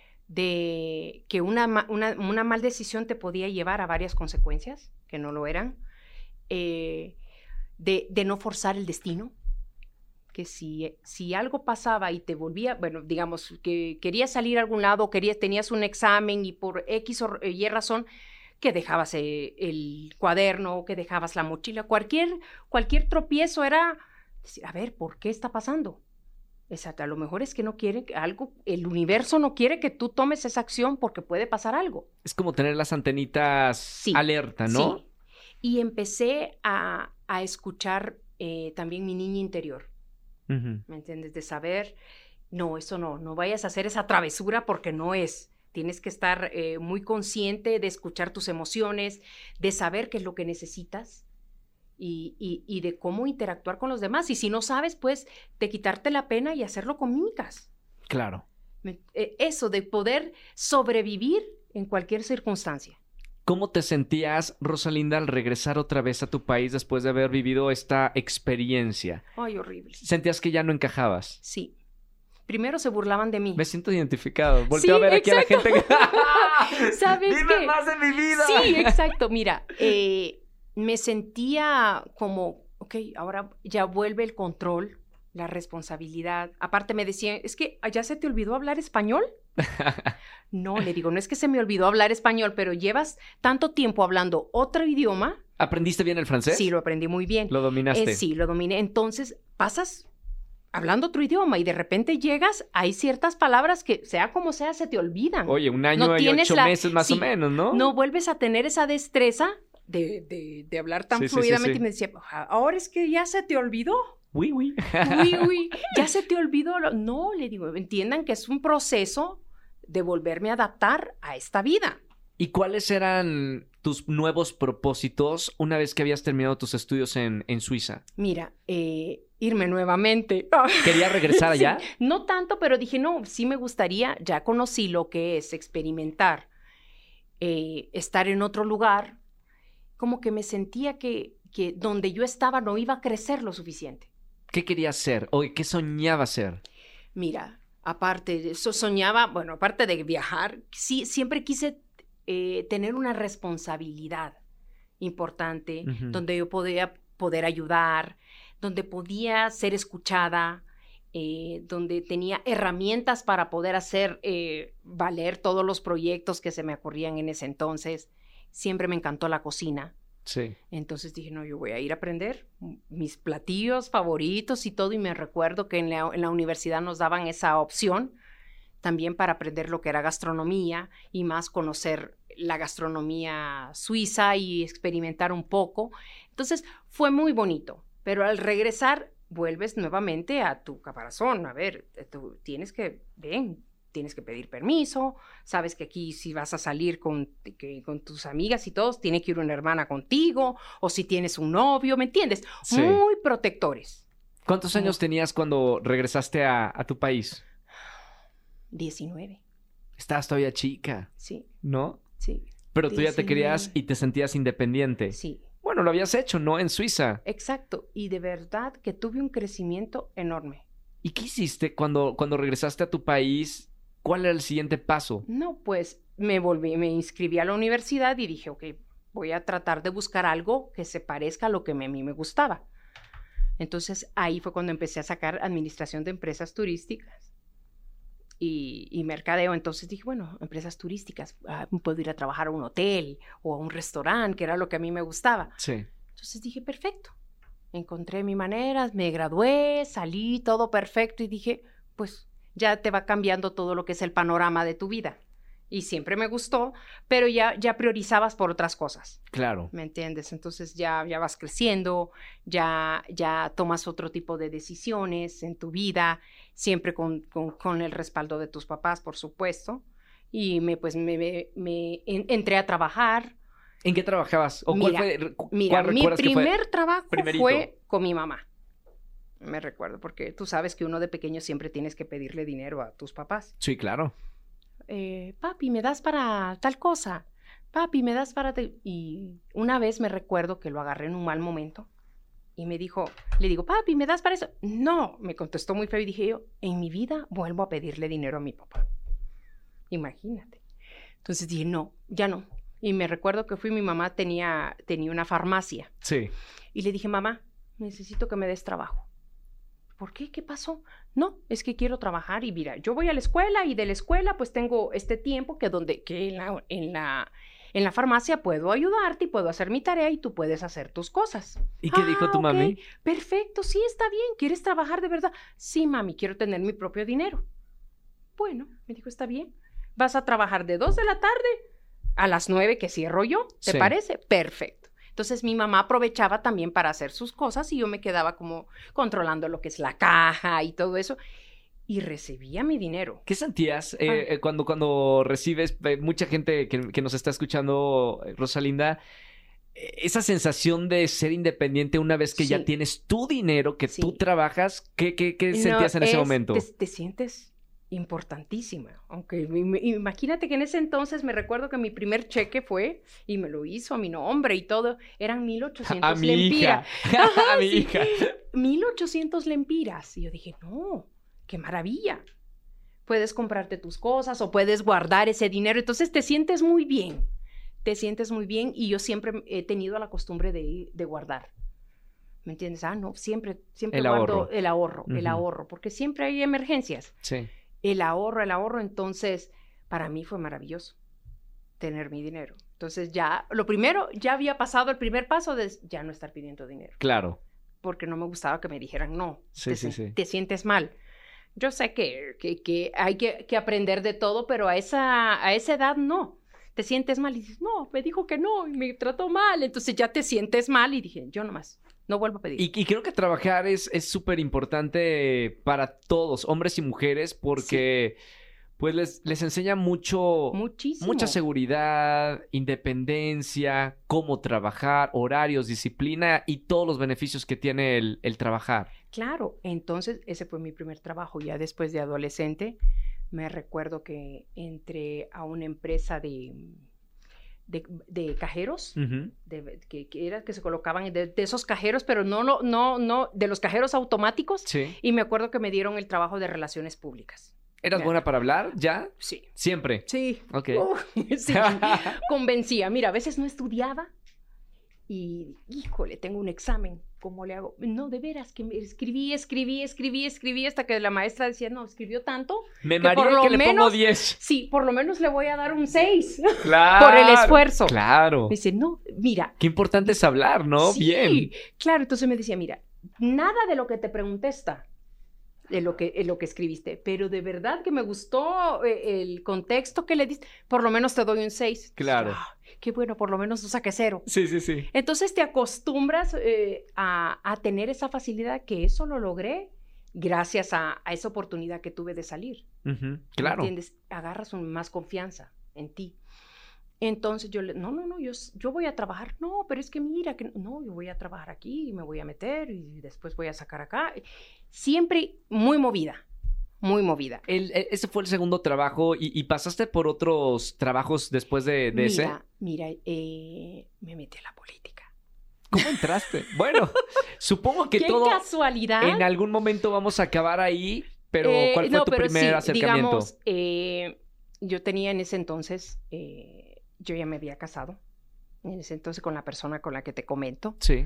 de que una mal decisión te podía llevar a varias consecuencias, que no lo eran, de no forzar el destino, que si algo pasaba y te volvía, bueno, digamos, que querías salir a algún lado, tenías un examen y por X o Y razón, que dejabas el cuaderno, que dejabas la mochila, cualquier tropiezo era decir, a ver, ¿por qué está pasando? Exacto, a lo mejor es que no quiere algo, el universo no quiere que tú tomes esa acción porque puede pasar algo. Es como tener las antenitas alerta, ¿no? Sí, y empecé a escuchar también mi niña interior, ¿me entiendes? De saber, no, eso no vayas a hacer esa travesura porque no es. Tienes que estar muy consciente de escuchar tus emociones, de saber qué es lo que necesitas. Y de cómo interactuar con los demás. Y si no sabes, pues, de quitarte la pena y hacerlo con mímicas. Claro. Eso, de poder sobrevivir en cualquier circunstancia. ¿Cómo te sentías, Rosalinda, al regresar otra vez a tu país después de haber vivido esta experiencia? Ay, horrible. ¿Sentías que ya no encajabas? Sí. Primero se burlaban de mí. Me siento identificado. Volteo a ver aquí exacto. a la gente. ¿Sabes ¡Dime qué? más de mi vida! Sí, exacto. Mira, me sentía como, ok, ahora ya vuelve el control, la responsabilidad. Aparte me decían, es que ¿ya se te olvidó hablar español? No, le digo, no es que se me olvidó hablar español, pero llevas tanto tiempo hablando otro idioma. ¿Aprendiste bien el francés? Sí, lo aprendí muy bien. ¿Lo dominaste? Sí, lo dominé. Entonces pasas hablando otro idioma y de repente llegas, hay ciertas palabras que sea como sea se te olvidan. Oye, 1 año y 8 meses más o menos, ¿no? No vuelves a tener esa destreza de hablar tan fluidamente. Y me decía, ahora es que ya se te olvidó. Oui, oui. Oui, ya se te olvidó. No, le digo, entiendan que es un proceso de volverme a adaptar a esta vida. ¿Y cuáles eran tus nuevos propósitos una vez que habías terminado tus estudios en Suiza? Mira, irme nuevamente. ¿Querías regresar allá? Sí, no tanto, pero dije, no, sí me gustaría, ya conocí lo que es experimentar, estar en otro lugar, como que me sentía que donde yo estaba no iba a crecer lo suficiente. ¿Qué querías ser? ¿O qué soñaba ser? Mira, aparte de eso soñaba, bueno, aparte de viajar, sí, siempre quise tener una responsabilidad importante, donde yo podía poder ayudar, donde podía ser escuchada, donde tenía herramientas para poder hacer valer todos los proyectos que se me ocurrían en ese entonces. Siempre me encantó la cocina. Sí. Entonces dije, no, yo voy a ir a aprender mis platillos favoritos y todo. Y me recuerdo que en la universidad nos daban esa opción también para aprender lo que era gastronomía y más conocer la gastronomía suiza y experimentar un poco. Entonces fue muy bonito. Pero al regresar, vuelves nuevamente a tu caparazón. A ver, tú tienes que pedir permiso, sabes que aquí si vas a salir con tus amigas y todos, tiene que ir una hermana contigo, o si tienes un novio, ¿me entiendes? Sí. Muy protectores. ¿Cuántos años tenías cuando regresaste a tu país? 19. Estabas todavía chica. Sí. ¿No? Sí. Pero tú 19. Ya te querías y te sentías independiente. Sí. Bueno, lo habías hecho, ¿no? En Suiza. Exacto. Y de verdad que tuve un crecimiento enorme. ¿Y qué hiciste cuando regresaste a tu país? ¿Cuál era el siguiente paso? No, pues me inscribí a la universidad y dije, ok, voy a tratar de buscar algo que se parezca a lo que a mí me gustaba. Entonces ahí fue cuando empecé a sacar administración de empresas turísticas y mercadeo. Entonces dije, bueno, empresas turísticas, puedo ir a trabajar a un hotel o a un restaurante, que era lo que a mí me gustaba. Sí. Entonces dije, perfecto. Encontré mi manera, me gradué, salí, todo perfecto y dije, pues ya te va cambiando todo lo que es el panorama de tu vida. Y siempre me gustó, pero ya priorizabas por otras cosas. Claro. ¿Me entiendes? Entonces ya vas creciendo, ya tomas otro tipo de decisiones en tu vida, siempre con el respaldo de tus papás, por supuesto. Y entré a trabajar. ¿En qué trabajabas? ¿O mira, mi primer trabajo fue con mi mamá. Me recuerdo, porque tú sabes que uno de pequeño siempre tienes que pedirle dinero a tus papás. Sí, claro. Papi, ¿me das para tal cosa? Papi, ¿me das para...? Y una vez me recuerdo que lo agarré en un mal momento y le digo, papi, ¿me das para eso? No, me contestó muy feo y dije yo, en mi vida vuelvo a pedirle dinero a mi papá. Imagínate. Entonces dije, no, ya no. Y me recuerdo que mi mamá tenía una farmacia. Sí. Y le dije, mamá, necesito que me des trabajo. ¿Por qué? ¿Qué pasó? No, es que quiero trabajar y mira, yo voy a la escuela y de la escuela pues tengo este tiempo que En la farmacia puedo ayudarte y puedo hacer mi tarea y tú puedes hacer tus cosas. ¿Y qué dijo tu mami? Perfecto, sí, está bien. ¿Quieres trabajar de verdad? Sí, mami, quiero tener mi propio dinero. Bueno, me dijo, está bien. Vas a trabajar de 2 de la tarde a las 9 que cierro yo. ¿Te parece? Perfecto. Entonces mi mamá aprovechaba también para hacer sus cosas y yo me quedaba como controlando lo que es la caja y todo eso. Y recibía mi dinero. ¿Qué sentías cuando recibes, mucha gente que nos está escuchando, Rosalinda, esa sensación de ser independiente una vez que ya tienes tu dinero, que tú trabajas? ¿Qué sentías en ese momento? Te sientes importantísima. Aunque imagínate que en ese entonces me recuerdo que mi primer cheque fue, y me lo hizo a mi nombre y todo, eran 1,800 lempiras. A mi hija. 1,800 lempiras. Y yo dije, no, qué maravilla. Puedes comprarte tus cosas o puedes guardar ese dinero. Entonces te sientes muy bien. Te sientes muy bien y yo siempre he tenido la costumbre de guardar. ¿Me entiendes? No, siempre guardo el ahorro, porque siempre hay emergencias. Sí. El ahorro, entonces, para mí fue maravilloso tener mi dinero. Entonces lo primero, ya había pasado el primer paso de ya no estar pidiendo dinero. Claro. Porque no me gustaba que me dijeran no, sí. Te sientes mal. Yo sé que hay que aprender de todo, pero a esa edad no. Te sientes mal y dices, no, me dijo que no y me trató mal. Entonces ya te sientes mal y dije, yo nomás. No vuelvo a pedir. Y creo que trabajar es súper importante para todos, hombres y mujeres, porque pues les enseña mucha seguridad, independencia, cómo trabajar, horarios, disciplina y todos los beneficios que tiene el trabajar. Claro, entonces ese fue mi primer trabajo. Ya después de adolescente, me recuerdo que entré a una empresa de cajeros, que se colocaban de esos cajeros, pero no, de los cajeros automáticos. Sí. Y me acuerdo que me dieron el trabajo de relaciones públicas. ¿Eras buena para hablar ya? Sí. ¿Siempre? Sí. Ok. Sí. Convencía. Mira, a veces no estudiaba y, híjole, tengo un examen. ¿Cómo le hago? No, de veras, que escribí hasta que la maestra decía, no, escribió tanto. Me mareé que le pongo 10. Sí, por lo menos le voy a dar un 6. Claro. Por el esfuerzo. Claro. Me dice, no, mira. Qué importante es hablar, ¿no? Sí, bien. Claro, entonces me decía, mira, nada de lo que te pregunté está. En lo que escribiste, pero de verdad que me gustó el contexto que le diste, por lo menos te doy un 6. Claro. Qué bueno, por lo menos no saqué 0. Sí. Entonces te acostumbras a tener esa facilidad, que eso lo logré gracias a esa oportunidad que tuve de salir. Claro. ¿Entiendes? Agarras más confianza en ti. Entonces yo yo voy a trabajar. No, pero es que mira, no, yo voy a trabajar aquí y me voy a meter y después voy a sacar acá. Siempre muy movida, muy movida. Ese fue el segundo trabajo y pasaste por otros trabajos después de ese. Mira, me metí a la política. ¿Cómo entraste? Bueno, supongo que ¡Qué todo... casualidad! En algún momento vamos a acabar ahí, pero ¿cuál fue tu primer acercamiento? Digamos, yo tenía en ese entonces... yo ya me había casado, en ese entonces con la persona con la que te comento. Sí.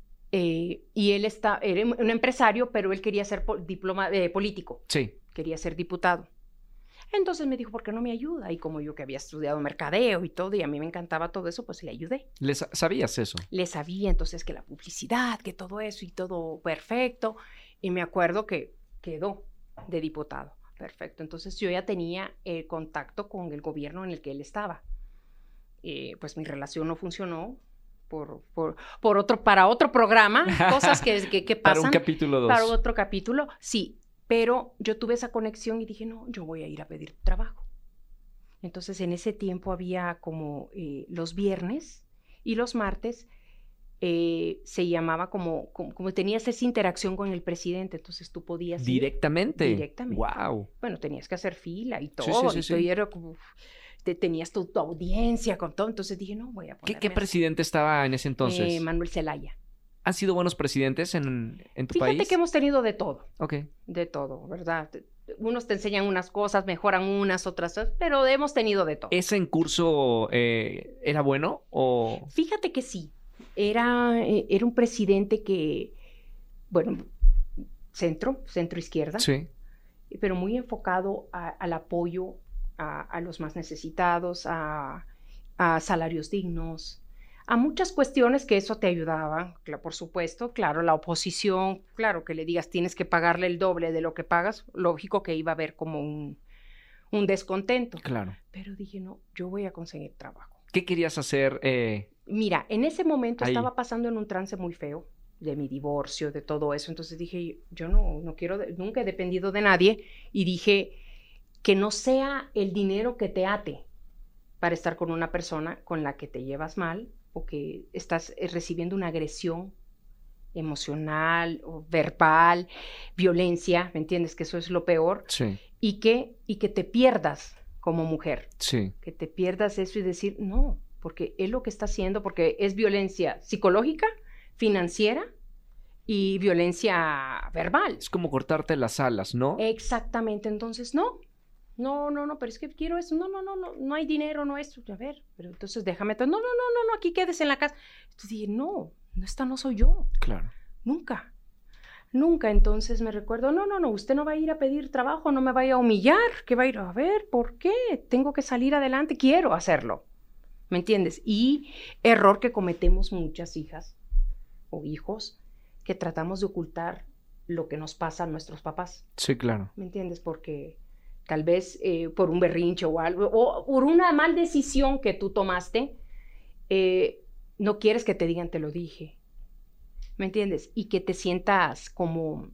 Y él era un empresario, pero él quería ser político. Sí. Quería ser diputado. Entonces me dijo, ¿por qué no me ayuda? Y como yo que había estudiado mercadeo y todo, y a mí me encantaba todo eso, pues le ayudé. ¿Sabías eso? Le sabía, entonces, que la publicidad, que todo eso y todo perfecto. Y me acuerdo que quedó de diputado. Perfecto. Entonces yo ya tenía contacto con el gobierno en el que él estaba. Pues mi relación no funcionó para otro programa, cosas que pasan. Para un capítulo 2. Para otro capítulo, sí. Pero yo tuve esa conexión y dije, no, yo voy a ir a pedir trabajo. Entonces, en ese tiempo había como los viernes y los martes se llamaba como tenías esa interacción con el presidente, entonces tú podías ¿Directamente? Directamente. ¡Wow! Bueno, tenías que hacer fila y todo. Sí. Y era como... tenías tu audiencia con todo, entonces dije, no, voy a ponerme ¿Qué presidente estaba en ese entonces? Manuel Zelaya. ¿Han sido buenos presidentes en tu país? Fíjate que hemos tenido de todo. Ok. De todo, ¿verdad? Unos te enseñan unas cosas, mejoran unas, otras, pero hemos tenido de todo. ¿Ese en curso era bueno o...? Fíjate que sí. Era un presidente que, bueno, centro izquierda. Sí. Pero muy enfocado al apoyo a los más necesitados, a salarios dignos, a muchas cuestiones que eso te ayudaba, por supuesto. Claro, la oposición, claro, que le digas tienes que pagarle el doble de lo que pagas, lógico que iba a haber como un descontento. Claro. Pero dije, no, yo voy a conseguir trabajo. ¿Qué querías hacer? Mira, en ese momento ahí estaba pasando en un trance muy feo de mi divorcio, de todo eso. Entonces dije, yo no quiero, nunca he dependido de nadie. Y dije, que no sea el dinero que te ate para estar con una persona con la que te llevas mal o que estás recibiendo una agresión emocional o verbal, violencia, ¿me entiendes? Que eso es lo peor. Sí. Y que te pierdas como mujer. Sí. Que te pierdas eso y decir, no, porque es lo que está haciendo, porque es violencia psicológica, financiera y violencia verbal. Es como cortarte las alas, ¿no? Exactamente, entonces no, pero es que quiero eso, no hay dinero, no es, a ver, pero entonces déjame, no, aquí quédese en la casa. Entonces dije, no, esta no soy yo. Claro. Nunca, entonces me recuerdo, no, usted no va a ir a pedir trabajo, no me vaya a humillar, que va a ir, a ver, ¿por qué? Tengo que salir adelante, quiero hacerlo, ¿me entiendes? Y error que cometemos muchas hijas o hijos, que tratamos de ocultar lo que nos pasa a nuestros papás. Sí, claro. ¿Me entiendes? Porque tal vez por un berrinche o algo, o por una mal decisión que tú tomaste, no quieres que te digan te lo dije. ¿Me entiendes? Y que te sientas como,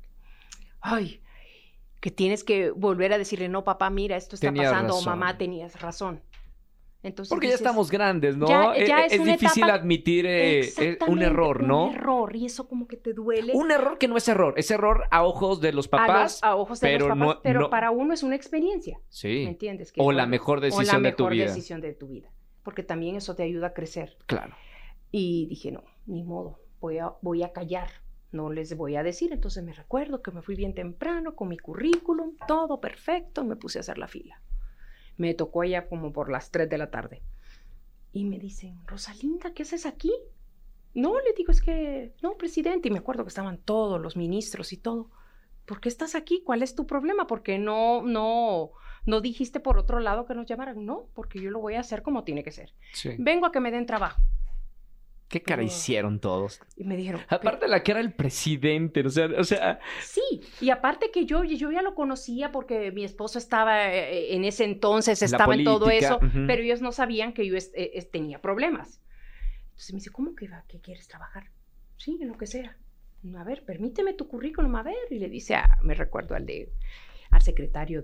ay, que tienes que volver a decirle, no, papá, mira, esto está pasando, o mamá, tenías razón. Entonces, porque dices, ya estamos grandes, ¿no? Ya es difícil etapa, admitir un error, ¿no? Un error, y eso como que te duele. Un error que no es error, es error a ojos de los papás. A ojos de los papás, no, pero para uno es una experiencia. Sí. ¿Me entiendes? O la mejor decisión de tu vida. O la mejor decisión de tu vida. Porque también eso te ayuda a crecer. Claro. Y dije, no, ni modo, voy a callar, no les voy a decir. Entonces me recuerdo que me fui bien temprano con mi currículum, todo perfecto, me puse a hacer la fila. Me tocó allá como por las 3 de la tarde. Y me dicen, Rosalinda, ¿qué haces aquí? No, le digo, es que, no, presidente. Y me acuerdo que estaban todos los ministros y todo. ¿Por qué estás aquí? ¿Cuál es tu problema? ¿Por qué no dijiste por otro lado que nos llamaran? No, porque yo lo voy a hacer como tiene que ser. Sí. Vengo a que me den trabajo. ¿Qué cara hicieron todos? Y me dijeron... Aparte de la que era el presidente, o sea... Sí, y aparte que yo ya lo conocía porque mi esposo estaba en ese entonces, estaba en todo eso, pero ellos no sabían que yo tenía problemas. Entonces me dice, ¿cómo que quieres trabajar? Sí, en lo que sea. A ver, permíteme tu currículum, a ver. Y le dice, me recuerdo al secretario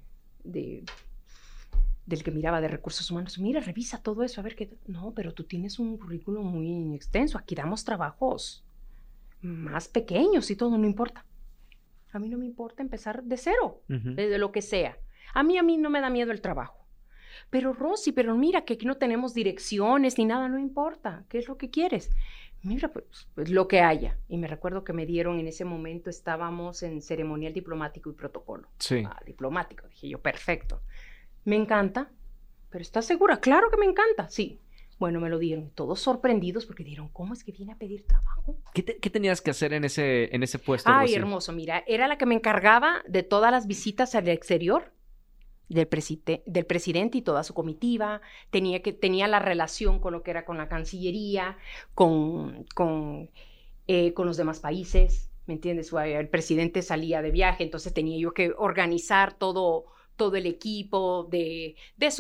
del que miraba de recursos humanos, mira, revisa todo eso, a ver qué... No, pero tú tienes un currículum muy extenso, aquí damos trabajos más pequeños y todo, no importa. A mí no me importa empezar de cero, de lo que sea. A mí no me da miedo el trabajo. Pero Rosy, pero mira que aquí no tenemos direcciones ni nada, no importa. ¿Qué es lo que quieres? Mira, pues lo que haya. Y me recuerdo que me dieron en ese momento, estábamos en ceremonial diplomático y protocolo. Sí. Diplomático, dije yo, perfecto. Me encanta, pero ¿estás segura? Claro que me encanta, sí. Bueno, me lo dieron, todos sorprendidos porque dijeron, ¿cómo es que viene a pedir trabajo? ¿Qué tenías que hacer en ese puesto? Ay, Rosy? Hermoso, mira, era la que me encargaba de todas las visitas al exterior del presidente y toda su comitiva. Tenía la relación con lo que era con la Cancillería, con los demás países, ¿me entiendes? El presidente salía de viaje, entonces tenía yo que organizar todo el equipo de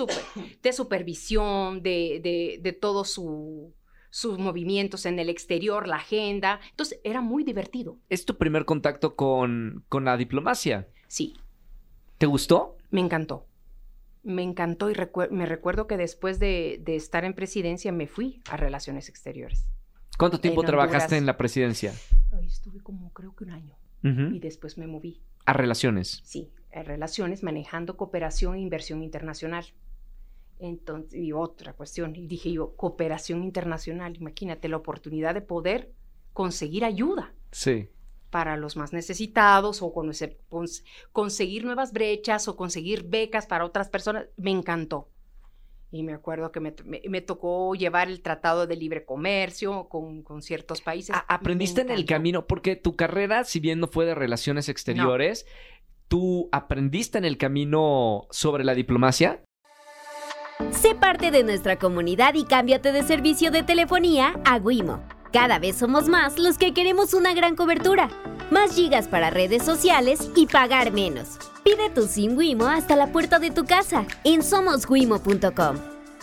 supervisión, de todos sus movimientos en el exterior, la agenda. Entonces, era muy divertido. ¿Es tu primer contacto con la diplomacia? Sí. ¿Te gustó? Me encantó. Me encantó y me recuerdo que después de estar en presidencia me fui a Relaciones Exteriores. ¿Cuánto tiempo trabajaste en la presidencia? Estuve como creo que un año. Y después me moví. ¿A Relaciones? Sí, a Relaciones, manejando cooperación e inversión internacional. Entonces, y otra cuestión, y dije yo, cooperación internacional, imagínate la oportunidad de poder conseguir ayuda. Sí. Para los más necesitados, o conseguir nuevas brechas, o conseguir becas para otras personas, me encantó. Y me acuerdo que me tocó llevar el Tratado de Libre Comercio con ciertos países. ¿Aprendiste en el camino? Porque tu carrera, si bien no fue de Relaciones Exteriores, ¿tú aprendiste en el camino sobre la diplomacia? Sé parte de nuestra comunidad y cámbiate de servicio de telefonía a Wimo. Cada vez somos más los que queremos una gran cobertura, más gigas para redes sociales y pagar menos. Pide tu SIM Wimo hasta la puerta de tu casa en somoswimo.com.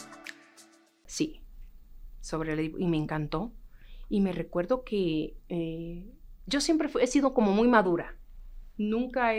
Sí, y me encantó. Y me recuerdo que yo siempre he sido como muy madura. Nunca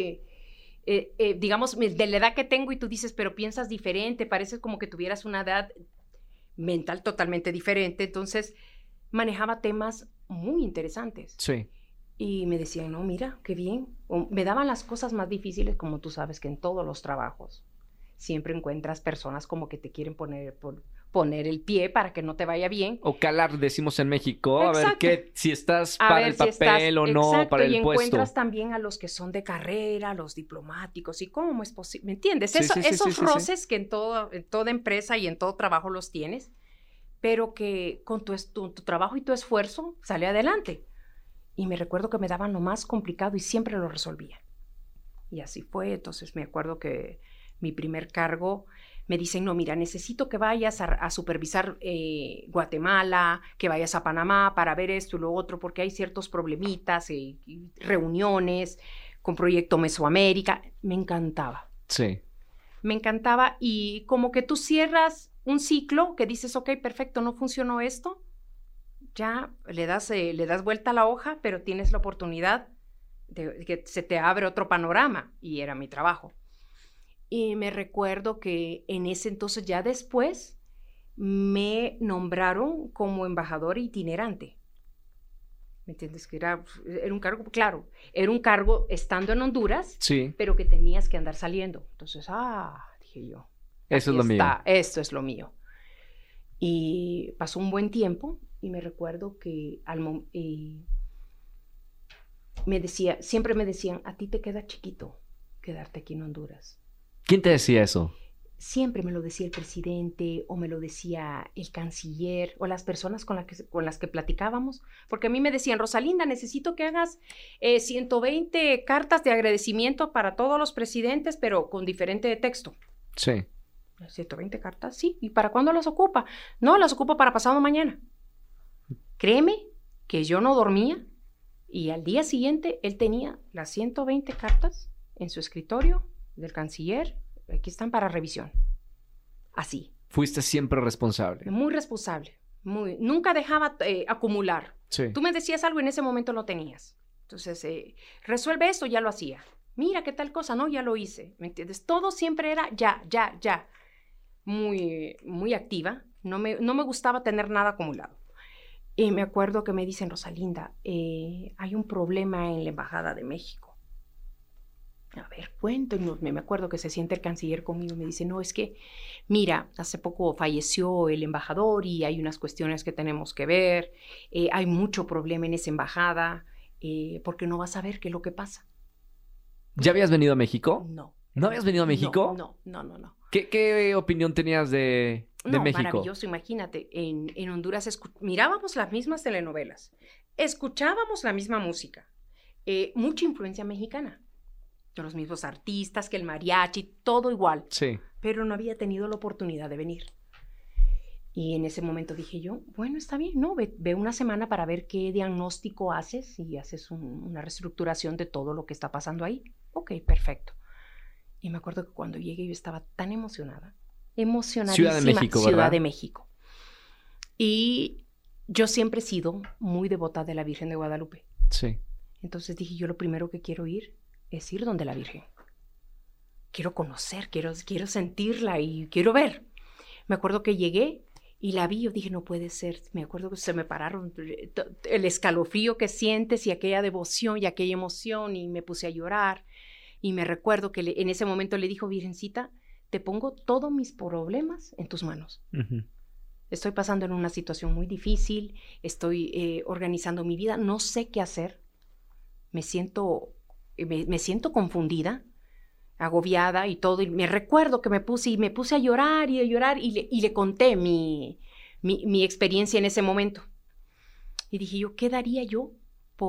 digamos, de la edad que tengo y tú dices, pero piensas diferente, pareces como que tuvieras una edad mental totalmente diferente. Entonces, manejaba temas muy interesantes. Sí. Y me decían, no, mira, qué bien. O me daban las cosas más difíciles, como tú sabes que en todos los trabajos siempre encuentras personas como que te quieren poner el pie para que no te vaya bien. O calar, decimos en México, Exacto. A ver si estás para el papel o no, exacto, para el y puesto. Y encuentras también a los que son de carrera, los diplomáticos, y cómo es posible, ¿me entiendes? Sí, Esos sí. roces que en toda empresa y en todo trabajo los tienes, pero que con tu trabajo y tu esfuerzo sale adelante. Y me recuerdo que me daban lo más complicado y siempre lo resolvía. Y así fue. Entonces me acuerdo que mi primer cargo me dicen, no, mira, necesito que vayas a supervisar Guatemala, que vayas a Panamá para ver esto y lo otro, porque hay ciertos problemitas y reuniones con Proyecto Mesoamérica. Me encantaba. Sí. Me encantaba y como que tú cierras un ciclo que dices, ok, perfecto, no funcionó esto, ya le das vuelta a la hoja, pero tienes la oportunidad de que se te abre otro panorama y era mi trabajo. Y me recuerdo que en ese entonces, ya después, me nombraron como embajador itinerante. ¿Me entiendes? Que era un cargo, claro, era un cargo estando en Honduras, Sí. pero que tenías que andar saliendo. Entonces, dije yo. Eso es lo mío. Esto es lo mío. Y pasó un buen tiempo y me recuerdo que siempre me decían, a ti te queda chiquito quedarte aquí en Honduras. ¿Quién te decía eso? Siempre me lo decía el presidente o me lo decía el canciller o las personas con las que platicábamos, porque a mí me decían, Rosalinda, necesito que hagas 120 cartas de agradecimiento para todos los presidentes, pero con diferente texto. Sí. 120 cartas, sí. ¿Y para cuándo las ocupa? No, las ocupo para pasado mañana. Créeme que yo no dormía y al día siguiente él tenía las 120 cartas en su escritorio del canciller. Aquí están para revisión. Así. Fuiste siempre responsable. Muy responsable. Nunca dejaba acumular. Sí. Tú me decías algo y en ese momento lo tenías. Entonces, resuelve esto, ya lo hacía. Mira, qué tal cosa, no, ya lo hice. ¿Me entiendes? Todo siempre era ya. Muy, muy activa. No me gustaba tener nada acumulado. Y me acuerdo que me dicen, Rosalinda, hay un problema en la Embajada de México. A ver, cuéntanos. Me acuerdo que se siente el canciller conmigo y me dice, no, es que, mira, hace poco falleció el embajador y hay unas cuestiones que tenemos que ver. Hay mucho problema en esa embajada, porque no vas a ver qué es lo que pasa. ¿Ya habías venido a México? No. ¿No habías venido a México? No. ¿Qué opinión tenías de México? Maravilloso, imagínate. En Honduras mirábamos las mismas telenovelas, escuchábamos la misma música, mucha influencia mexicana. Los mismos artistas, que el mariachi, todo igual. Sí. Pero no había tenido la oportunidad de venir. Y en ese momento dije yo, bueno, está bien, ¿no? Ve una semana para ver qué diagnóstico haces y haces una reestructuración de todo lo que está pasando ahí. Ok, perfecto. Y me acuerdo que cuando llegué yo estaba tan emocionada. Emocionadísima. Ciudad de México, ¿verdad? Ciudad de México. Y yo siempre he sido muy devota de la Virgen de Guadalupe. Sí. Entonces dije, yo lo primero que quiero ir es ir donde la Virgen. Quiero conocer, quiero sentirla y quiero ver. Me acuerdo que llegué y la vi, yo dije, no puede ser. Me acuerdo que se me pararon el escalofrío que sientes y aquella devoción y aquella emoción y me puse a llorar. Y me recuerdo que en ese momento le dijo, Virgencita, te pongo todos mis problemas en tus manos. Uh-huh. Estoy pasando en una situación muy difícil, estoy organizando mi vida, no sé qué hacer. Me siento confundida, agobiada y todo. Y me recuerdo que me puse a llorar y le conté mi experiencia en ese momento. Y dije yo, ¿qué daría yo por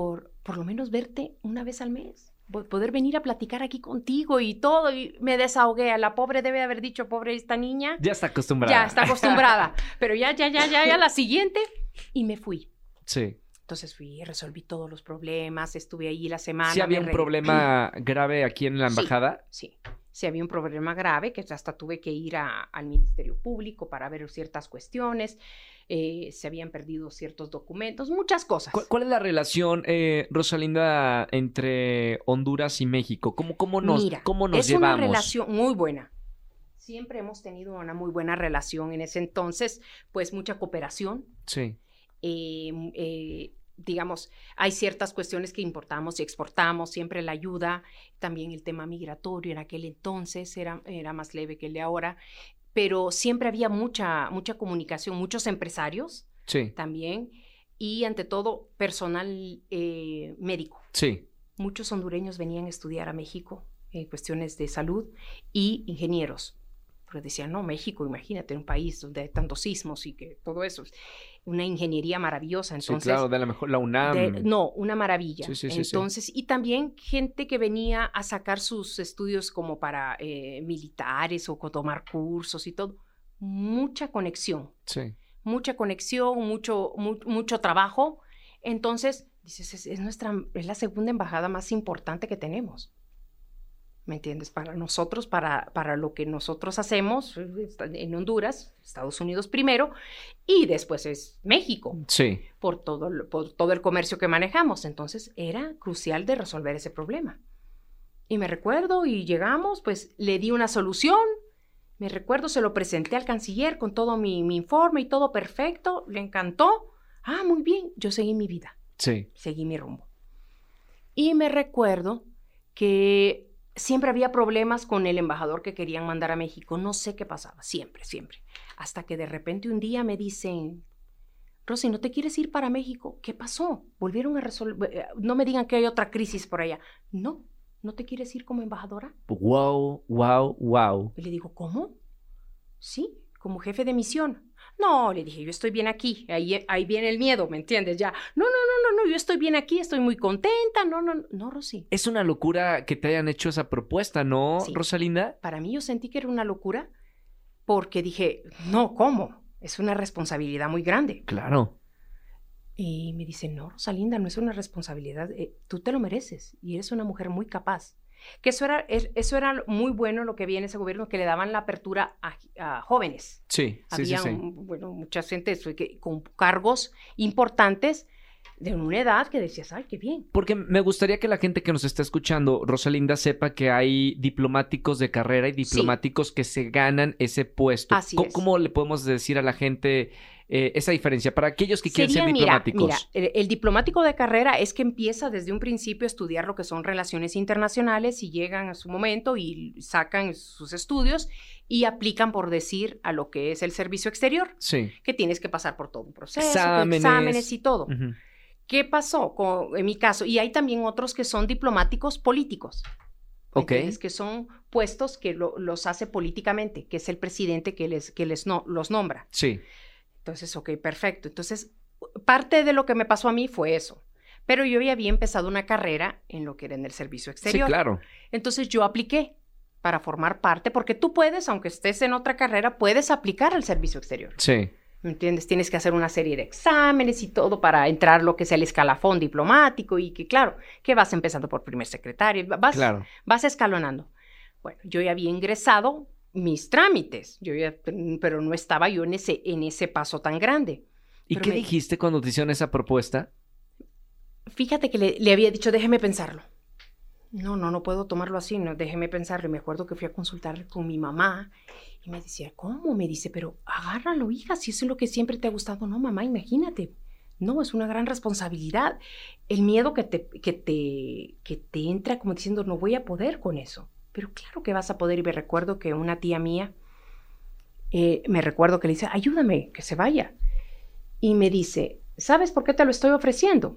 por lo menos verte una vez al mes, poder venir a platicar aquí contigo y todo, y me desahogué. A la pobre debe haber dicho, pobre esta niña. Ya está acostumbrada. Ya está acostumbrada, pero ya la siguiente, y me fui. Sí. Entonces fui, resolví todos los problemas, estuve ahí la semana. ¿Sí había un problema grave aquí en la embajada? Sí, había un problema grave que hasta tuve que ir al Ministerio Público para ver ciertas cuestiones. Se habían perdido ciertos documentos, muchas cosas. ¿Cuál es la relación, Rosalinda, entre Honduras y México? ¿Cómo nos llevamos? Es una relación muy buena. Siempre hemos tenido una muy buena relación en ese entonces, pues mucha cooperación. Sí. Digamos, hay ciertas cuestiones que importamos y exportamos, siempre la ayuda, también el tema migratorio en aquel entonces era más leve que el de ahora, pero siempre había mucha comunicación, muchos empresarios también, y ante todo personal médico. Sí. Muchos hondureños venían a estudiar a México en cuestiones de salud y ingenieros. Pero decían, no, México, imagínate, un país donde hay tantos sismos y que todo eso, una ingeniería maravillosa. Entonces, sí, claro, de la mejor, la UNAM. Una maravilla. Sí, entonces, y también gente que venía a sacar sus estudios como para militares o tomar cursos y todo. Mucha conexión. Sí. Mucha conexión, mucho trabajo. Entonces, dices, es la segunda embajada más importante que tenemos. ¿Me entiendes? Para nosotros, para lo que nosotros hacemos en Honduras, Estados Unidos primero, y después es México. Sí. Por todo el comercio que manejamos. Entonces, era crucial de resolver ese problema. Y me recuerdo, y llegamos, pues, le di una solución. Me recuerdo, se lo presenté al canciller con todo mi informe y todo perfecto. Le encantó. Ah, muy bien. Yo seguí mi vida. Sí. Seguí mi rumbo. Y me recuerdo que siempre había problemas con el embajador que querían mandar a México. No sé qué pasaba, siempre. Hasta que de repente un día me dicen, Rosy, ¿no te quieres ir para México? ¿Qué pasó? Volvieron a resolver. No me digan que hay otra crisis por allá. No te quieres ir como embajadora. Wow. Y le digo, ¿cómo? Sí, como jefe de misión. No, le dije, yo estoy bien aquí. Ahí viene el miedo, ¿me entiendes? Ya, no, yo estoy bien aquí, estoy muy contenta. No, Rosy. Es una locura que te hayan hecho esa propuesta, ¿no, sí. Rosalinda? Para mí yo sentí que era una locura porque dije, no, ¿cómo? Es una responsabilidad muy grande. Claro. Y me dice, no, Rosalinda, no es una responsabilidad, tú te lo mereces y eres una mujer muy capaz. Que eso era muy bueno lo que había en ese gobierno, que le daban la apertura a jóvenes. Sí. Había mucha gente con cargos importantes de una edad que decías, ay, qué bien. Porque me gustaría que la gente que nos está escuchando, Rosalinda, sepa que hay diplomáticos de carrera y diplomáticos que se ganan ese puesto. Así es. ¿Cómo le podemos decir a la gente esa diferencia para aquellos que quieren ser diplomáticos? Mira, el diplomático de carrera es que empieza desde un principio a estudiar lo que son relaciones internacionales y llegan a su momento y sacan sus estudios y aplican, por decir, a lo que es el servicio exterior. Sí. Que tienes que pasar por todo un proceso, exámenes y todo. Uh-huh. ¿Qué pasó en mi caso? Y hay también otros que son diplomáticos políticos. Okay. Que son puestos que los hace políticamente, que es el presidente que los nombra. Sí. Entonces, ok, perfecto. Entonces, parte de lo que me pasó a mí fue eso. Pero yo ya había empezado una carrera en lo que era en el servicio exterior. Sí, claro. Entonces, yo apliqué para formar parte, porque tú puedes, aunque estés en otra carrera, puedes aplicar al servicio exterior. Sí. ¿Me entiendes? Tienes que hacer una serie de exámenes y todo para entrar lo que sea el escalafón diplomático y que, claro, que vas empezando por primer secretario, vas escalonando. Bueno, yo ya había ingresado mis trámites, pero no estaba yo en ese paso tan grande. ¿Y qué dijiste cuando te hicieron esa propuesta? Fíjate que le había dicho, déjeme pensarlo. No puedo tomarlo así, no, déjeme pensarlo. Y me acuerdo que fui a consultar con mi mamá y me decía, ¿cómo? Me dice, pero agárralo, hija, si eso es lo que siempre te ha gustado. No, mamá, imagínate. No, es una gran responsabilidad. El miedo que te entra como diciendo, no voy a poder con eso. Pero claro que vas a poder. Y me recuerdo que una tía mía, me recuerdo que le dice, ayúdame, que se vaya. Y me dice, ¿sabes por qué te lo estoy ofreciendo?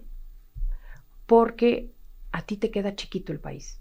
Porque a ti te queda chiquito el país.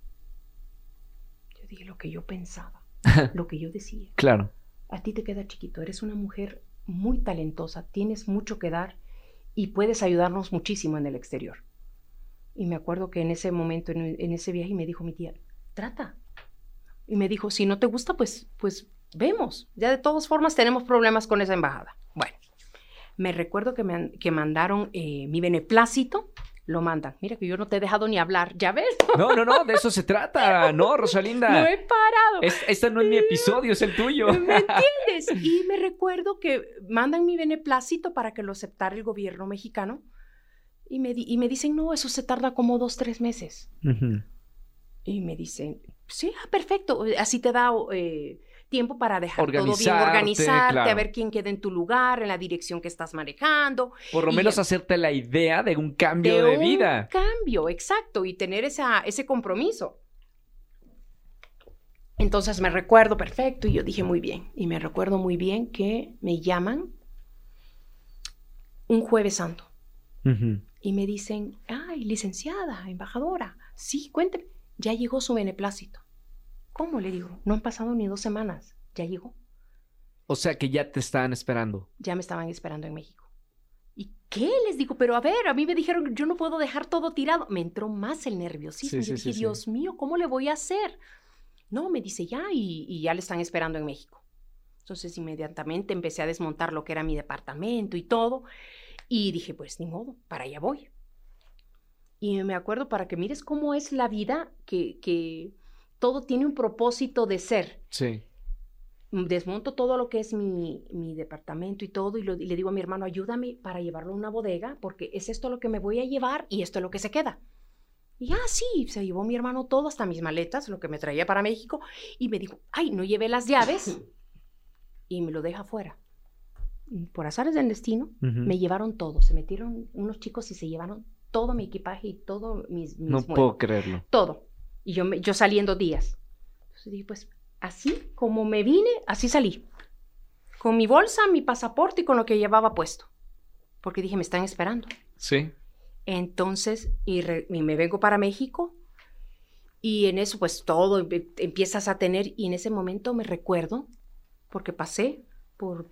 Yo dije lo que yo pensaba, lo que yo decía. Claro. A ti te queda chiquito, eres una mujer muy talentosa, tienes mucho que dar y puedes ayudarnos muchísimo en el exterior. Y me acuerdo que en ese momento, en ese viaje, me dijo mi tía, trata. Y me dijo, si no te gusta, pues vemos. Ya de todas formas tenemos problemas con esa embajada. Bueno, me recuerdo que mandaron mi beneplácito, lo mandan. Mira que yo no te he dejado ni hablar, ¿ya ves? No, de eso se trata, ¿no, Rosalinda? No he parado. Este no es mi episodio, es el tuyo. ¿Me entiendes? Y me recuerdo que mandan mi beneplácito para que lo aceptara el gobierno mexicano. Y me dicen, no, eso se tarda como 2, 3 meses. Uh-huh. Y me dicen, sí, perfecto, así te da tiempo para dejar todo bien, organizarte, claro. A ver quién queda en tu lugar, en la dirección que estás manejando. Por lo menos hacerte la idea de un cambio de vida. Un cambio, exacto, y tener ese compromiso. Entonces me recuerdo perfecto y yo dije muy bien. Y me recuerdo muy bien que me llaman un Jueves Santo. Uh-huh. Y me dicen, ay, licenciada, embajadora, sí, cuénteme, ya llegó su beneplácito. ¿Cómo? Le digo, no han pasado ni 2 semanas, ya llegó. O sea que ya te estaban esperando. Ya me estaban esperando en México. ¿Y qué? Les digo, pero a ver, a mí me dijeron, yo no puedo dejar todo tirado. Me entró más el nerviosismo. Yo dije, Dios mío, ¿cómo le voy a hacer? No, me dice ya, y ya le están esperando en México. Entonces inmediatamente empecé a desmontar lo que era mi departamento y todo. Y dije, pues ni modo, para allá voy. Y me acuerdo, para que mires cómo es la vida, que todo tiene un propósito de ser. Sí. Desmonto todo lo que es mi departamento y todo, y le digo a mi hermano, ayúdame para llevarlo a una bodega, porque es esto lo que me voy a llevar y esto es lo que se queda. Y sí, se llevó mi hermano todo, hasta mis maletas, lo que me traía para México, y me dijo, ay, no llevé las llaves, y me lo deja afuera. Por azares del destino, me llevaron todo. Se metieron unos chicos y se llevaron todo mi equipaje y todo mis No puedo creerlo. Todo. Y yo saliendo días. Entonces dije, pues, así como me vine, así salí. Con mi bolsa, mi pasaporte y con lo que llevaba puesto. Porque dije, me están esperando. Sí. Entonces, y me vengo para México. Y en eso, pues, todo empiezas a tener. Y en ese momento me recuerdo, porque pasé por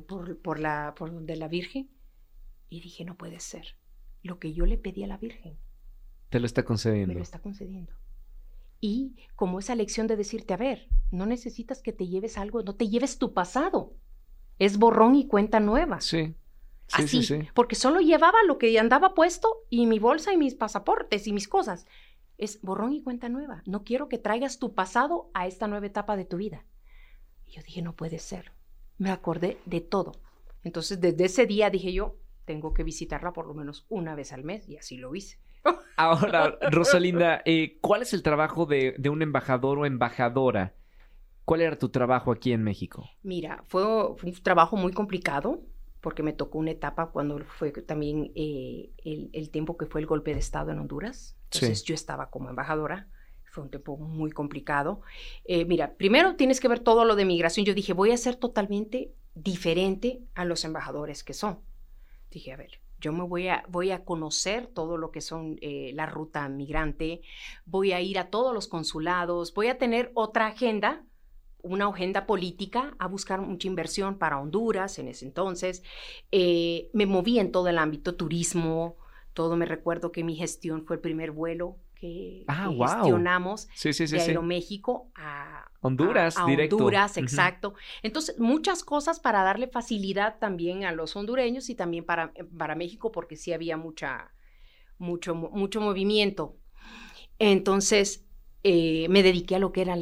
donde la Virgen, y dije, no puede ser. Lo que yo le pedí a la Virgen, te lo está concediendo. Me lo está concediendo. Y como esa lección de decirte, a ver, no necesitas que te lleves algo, no te lleves tu pasado. Es borrón y cuenta nueva. Sí. Así, sí. Porque solo llevaba lo que andaba puesto y mi bolsa y mis pasaportes y mis cosas. Es borrón y cuenta nueva. No quiero que traigas tu pasado a esta nueva etapa de tu vida. Y yo dije, no puede ser. Me acordé de todo. Entonces, desde ese día dije yo, tengo que visitarla por lo menos una vez al mes, y así lo hice. Ahora, Rosalinda, ¿cuál es el trabajo de un embajador o embajadora? ¿Cuál era tu trabajo aquí en México? Mira, fue un trabajo muy complicado, porque me tocó una etapa cuando fue también el tiempo que fue el golpe de Estado en Honduras. Entonces yo estaba como embajadora. Fue un tiempo muy complicado. Mira, primero tienes que ver todo lo de migración. Yo dije, voy a ser totalmente diferente a los embajadores que son. Dije, a ver, yo me voy a conocer todo lo que son la ruta migrante, voy a ir a todos los consulados, voy a tener otra agenda, una agenda política, a buscar mucha inversión para Honduras en ese entonces. Me moví en todo el ámbito turismo, todo. Me recuerdo que mi gestión fue el primer vuelo que gestionamos de Aeroméxico a Honduras, directo. Honduras, exacto. Entonces, muchas cosas para darle facilidad también a los hondureños y también para México, porque sí había mucho movimiento. Entonces, me dediqué a lo que era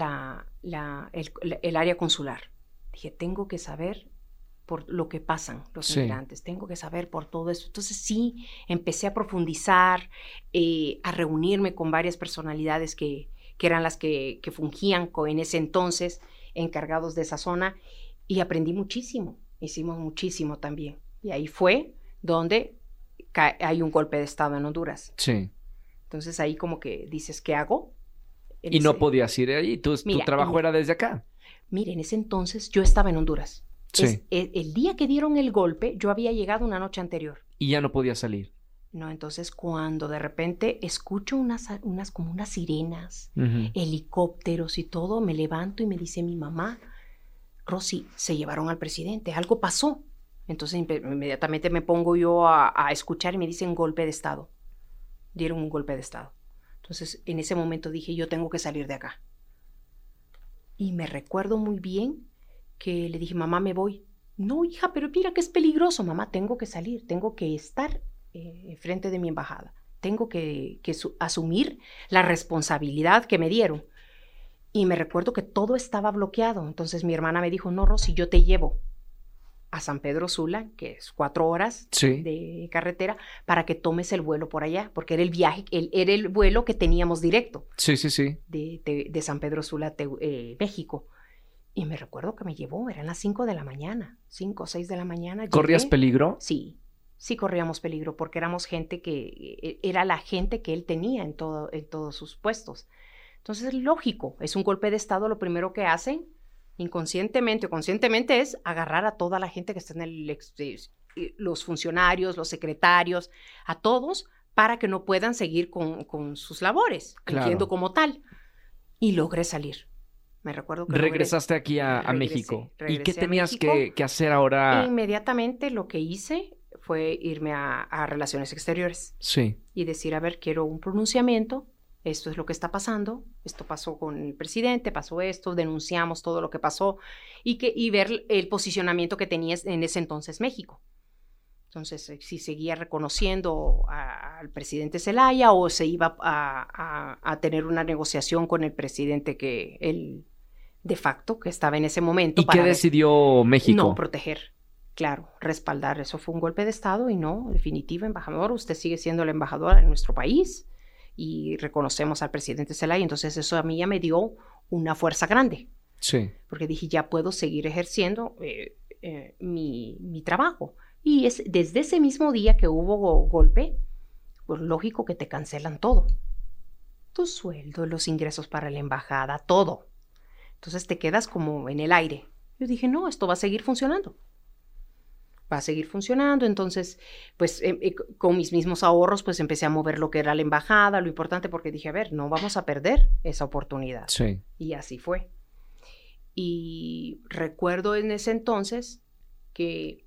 el área consular. Dije, tengo que saber por lo que pasan los inmigrantes, tengo que saber por todo eso. Entonces sí, empecé a profundizar, a reunirme con varias personalidades que eran las que fungían en ese entonces, encargados de esa zona, y aprendí muchísimo, hicimos muchísimo también. Y ahí fue donde hay un golpe de Estado en Honduras. Sí. Entonces ahí como que dices, ¿qué hago? Y no podías ir ahí, tu trabajo era desde acá. Mira, en ese entonces yo estaba en Honduras. Sí. El día que dieron el golpe, yo había llegado una noche anterior. Y ya no podía salir. No, entonces cuando de repente escucho unas como unas sirenas, helicópteros y todo, me levanto y me dice mi mamá, Rosy, se llevaron al presidente, algo pasó. Entonces inmediatamente me pongo yo a escuchar y me dicen golpe de Estado. dieron un golpe de estado. Entonces, en ese momento dije, yo tengo que salir de acá. Y me recuerdo muy bien que le dije, mamá, me voy. No, hija, pero mira que es peligroso. Mamá, tengo que salir, tengo que estar frente de mi embajada. Tengo que asumir la responsabilidad que me dieron. Y me recuerdo que todo estaba bloqueado. Entonces mi hermana me dijo, no, Rosy, yo te llevo a San Pedro Sula, que es 4 horas de carretera, para que tomes el vuelo por allá, porque era el viaje, era el vuelo que teníamos directo. Sí. De San Pedro Sula, México. Y me recuerdo que me llevó, eran las 5 de la mañana, 5 o 6 de la mañana. ¿Corrías peligro? Sí corríamos peligro, porque éramos gente que, era la gente que él tenía en todos sus puestos. Entonces es lógico, es un golpe de estado, lo primero que hacen, inconscientemente o conscientemente, es agarrar a toda la gente que está en los funcionarios, los secretarios, a todos, para que no puedan seguir con sus labores, entiendo como tal. Y logré salir. Me recuerdo que regresaste aquí a México. ¿Y qué tenías que hacer ahora? Inmediatamente lo que hice fue irme a Relaciones Exteriores. Sí. Y decir, a ver, quiero un pronunciamiento, esto es lo que está pasando, esto pasó con el presidente, pasó esto, denunciamos todo lo que pasó, y ver el posicionamiento que tenía en ese entonces México. Entonces, si seguía reconociendo al presidente Zelaya o se iba a tener una negociación con el presidente de facto, que estaba en ese momento. ¿Y qué decidió México? No, proteger. Claro, respaldar. Eso fue un golpe de estado y no, definitivo, embajador, usted sigue siendo la embajadora en nuestro país y reconocemos al presidente Zelaya. Entonces eso a mí ya me dio una fuerza grande. Sí. Porque dije, ya puedo seguir ejerciendo mi trabajo. Y es desde ese mismo día que hubo golpe, pues lógico que te cancelan todo. Tu sueldo, los ingresos para la embajada, todo. Entonces te quedas como en el aire. Yo dije, no, esto va a seguir funcionando. Va a seguir funcionando. Entonces, pues con mis mismos ahorros, pues empecé a mover lo que era la embajada, lo importante, porque dije, a ver, no vamos a perder esa oportunidad. Sí. Y así fue. Y recuerdo en ese entonces que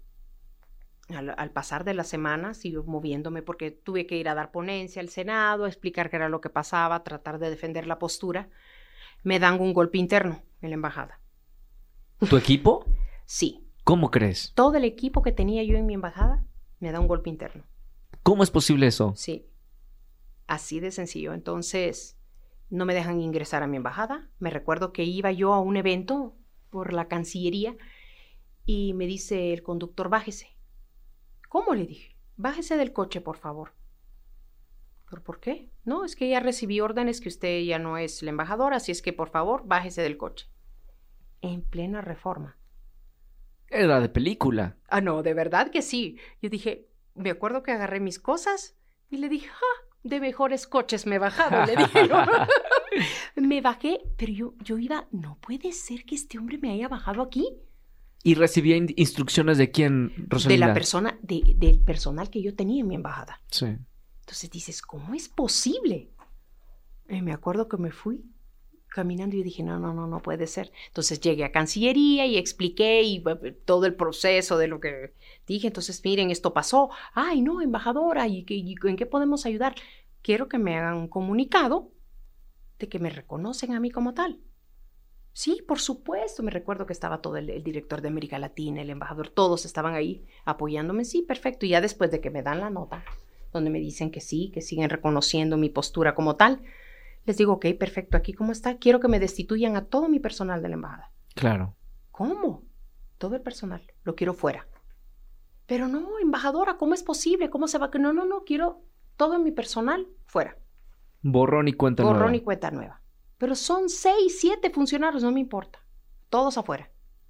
al pasar de las semanas, sigo moviéndome porque tuve que ir a dar ponencia al Senado, explicar qué era lo que pasaba, tratar de defender la postura. Me dan un golpe interno en la embajada. ¿Tu equipo? Sí. ¿Cómo crees? Todo el equipo que tenía yo en mi embajada me da un golpe interno. ¿Cómo es posible eso? Sí. Así de sencillo. Entonces, no me dejan ingresar a mi embajada. Me recuerdo que iba yo a un evento por la Cancillería y me dice el conductor, bájese. ¿Cómo? Le dije, bájese del coche, por favor. ¿Pero por qué? No, es que ya recibí órdenes que usted ya no es la embajadora, así es que, por favor, bájese del coche. En plena Reforma. Era de película. Ah, no, de verdad que sí. Yo dije, me acuerdo que agarré mis cosas y le dije, de mejores coches me he bajado, le dije. ¿No? Me bajé, pero yo iba, no puede ser que este hombre me haya bajado aquí. ¿Y recibía instrucciones de quién, Rosalinda? De la persona, del personal que yo tenía en mi embajada. Sí. Entonces dices, ¿cómo es posible? Me acuerdo que me fui caminando y yo dije, no puede ser. Entonces llegué a Cancillería y expliqué y todo el proceso de lo que dije. Entonces, miren, esto pasó. Ay, no, embajadora, ¿y en qué podemos ayudar? Quiero que me hagan un comunicado de que me reconocen a mí como tal. Sí, por supuesto. Me recuerdo que estaba todo el director de América Latina, el embajador, todos estaban ahí apoyándome. Sí, perfecto. Y ya después de que me dan la nota, donde me dicen que sí, que siguen reconociendo mi postura como tal, les digo, ok, perfecto, aquí cómo está, quiero que me destituyan a todo mi personal de la embajada. Claro. ¿Cómo? Todo el personal, lo quiero fuera. Pero no, embajadora, ¿cómo es posible? ¿Cómo se va? No, quiero todo mi personal fuera. Borrón y cuenta nueva. Borrón y cuenta nueva. Pero son 6, 7 funcionarios, no me importa. Todos afuera.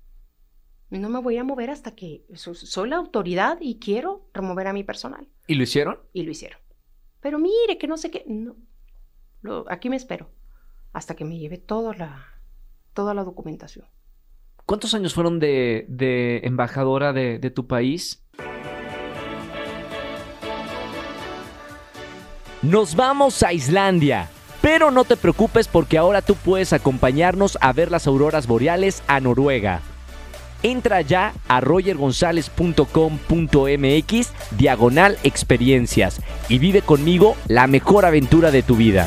Y no me voy a mover hasta que soy la autoridad y quiero remover a mi personal. ¿Y lo hicieron? Y lo hicieron. Pero mire, que no sé qué. No. Aquí me espero hasta que me lleve toda la documentación. ¿Cuántos años fueron de embajadora de tu país? Nos vamos a Islandia, pero no te preocupes porque ahora tú puedes acompañarnos a ver las auroras boreales a Noruega. Entra ya a rogergonzalez.com.mx/experiencias y vive conmigo la mejor aventura de tu vida.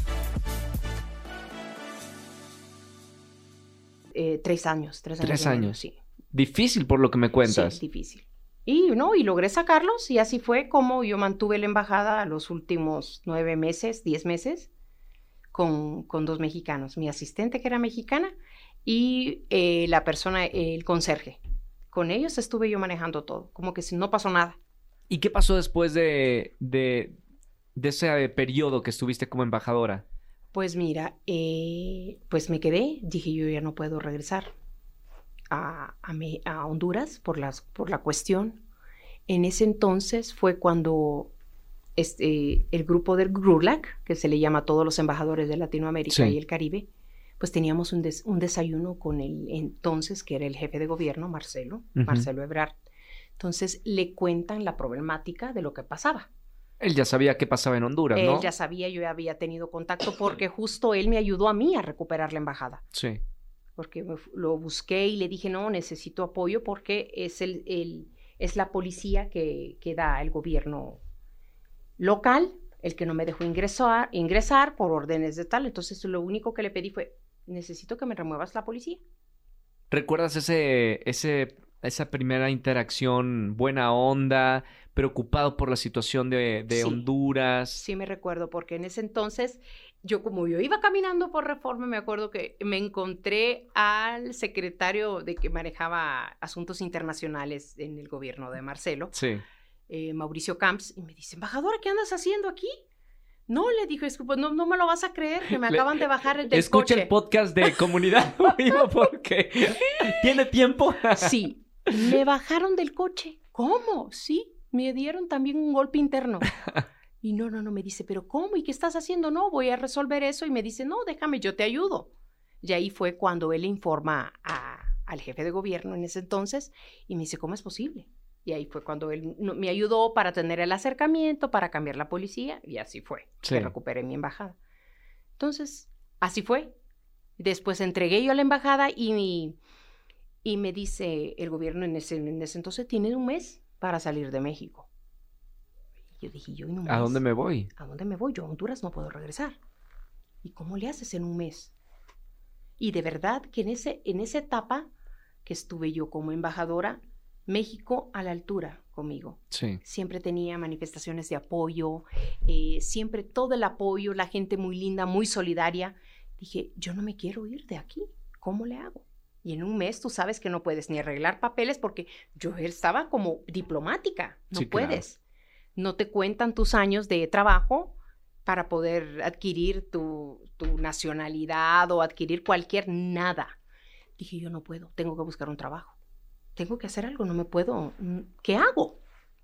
3 años. 3 años. Sí. Difícil por lo que me cuentas. Sí, difícil. Y logré sacarlos y así fue como yo mantuve la embajada los últimos 9 meses, 10 meses con 2 mexicanos. Mi asistente, que era mexicana, y la persona, el conserje. Con ellos estuve yo manejando todo, como que no pasó nada. ¿Y qué pasó después de ese periodo que estuviste como embajadora? Pues mira, pues me quedé, dije yo ya no puedo regresar a Honduras por la cuestión. En ese entonces fue cuando el grupo del GRULAC, que se le llama a todos los embajadores de Latinoamérica y el Caribe, pues teníamos un desayuno con el entonces, que era el jefe de gobierno, Marcelo Ebrard. Entonces le cuentan la problemática de lo que pasaba. Él ya sabía qué pasaba en Honduras, ¿no? Él ya sabía, yo ya había tenido contacto porque justo él me ayudó a mí a recuperar la embajada. Sí. Porque lo busqué y le dije, no, necesito apoyo porque es la policía que da el gobierno local, el que no me dejó ingresar por órdenes de tal. Entonces lo único que le pedí fue, necesito que me remuevas la policía. ¿Recuerdas esa primera interacción, buena onda, preocupado por la situación de Sí. Honduras? Sí, me recuerdo, porque en ese entonces, como yo iba caminando por Reforma, me acuerdo que me encontré al secretario de que manejaba asuntos internacionales en el gobierno de Marcelo, Sí. Mauricio Camps, y me dice, embajadora, ¿qué andas haciendo aquí? No, le dijo, pues no me lo vas a creer, que me acaban de bajar del Escucha coche. el podcast de Comunidad Vivo porque tiene tiempo. Sí, me bajaron del coche. ¿Cómo? Sí, me dieron también un golpe interno. Y no, me dice, ¿pero cómo? ¿Y qué estás haciendo? No, voy a resolver eso. Y me dice, no, déjame, yo te ayudo. Y ahí fue cuando él informa al jefe de gobierno en ese entonces y me dice, ¿cómo es posible? Y ahí fue cuando él me ayudó para tener el acercamiento, para cambiar la policía, y así fue, que recuperé mi embajada. Entonces, así fue. Después entregué yo a la embajada y me dice el gobierno en ese entonces, tienes un mes para salir de México. Y yo dije, ¿en un mes? ¿A dónde me voy? ¿A dónde me voy? Yo a Honduras no puedo regresar. ¿Y cómo le haces en un mes? Y de verdad que en esa etapa que estuve yo como embajadora, México a la altura conmigo. Sí. Siempre tenía manifestaciones de apoyo, siempre todo el apoyo, la gente muy linda, muy solidaria. Dije, yo no me quiero ir de aquí, ¿cómo le hago? Y en un mes tú sabes que no puedes ni arreglar papeles porque yo estaba como diplomática, no Sí, puedes. Claro. No te cuentan tus años de trabajo para poder adquirir tu nacionalidad o adquirir nada. Dije, yo no puedo, tengo que buscar un trabajo. Tengo que hacer algo, no me puedo, ¿qué hago?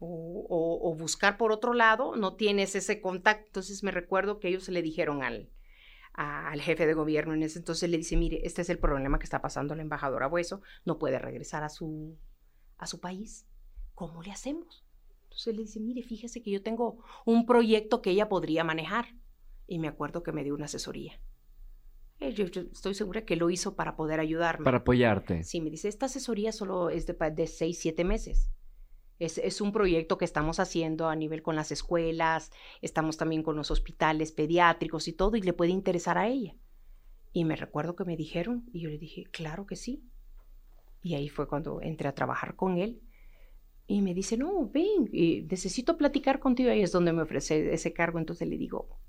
O buscar por otro lado, no tienes ese contacto. Entonces me recuerdo que ellos le dijeron al jefe de gobierno en ese entonces, le dice, mire, este es el problema que está pasando la embajadora Bueso, no puede regresar a su país, ¿cómo le hacemos? Entonces le dice, mire, fíjese que yo tengo un proyecto que ella podría manejar. Y me acuerdo que me dio una asesoría. Yo estoy segura que lo hizo para poder ayudarme. Para apoyarte. Sí, me dice, esta asesoría solo es de 6, 7 meses. Es un proyecto que estamos haciendo a nivel con las escuelas, estamos también con los hospitales pediátricos y todo, y le puede interesar a ella. Y me recuerdo que me dijeron, y yo le dije, claro que sí. Y ahí fue cuando entré a trabajar con él. Y me dice, no, ven, necesito platicar contigo. Ahí es donde me ofrece ese cargo. Entonces le digo,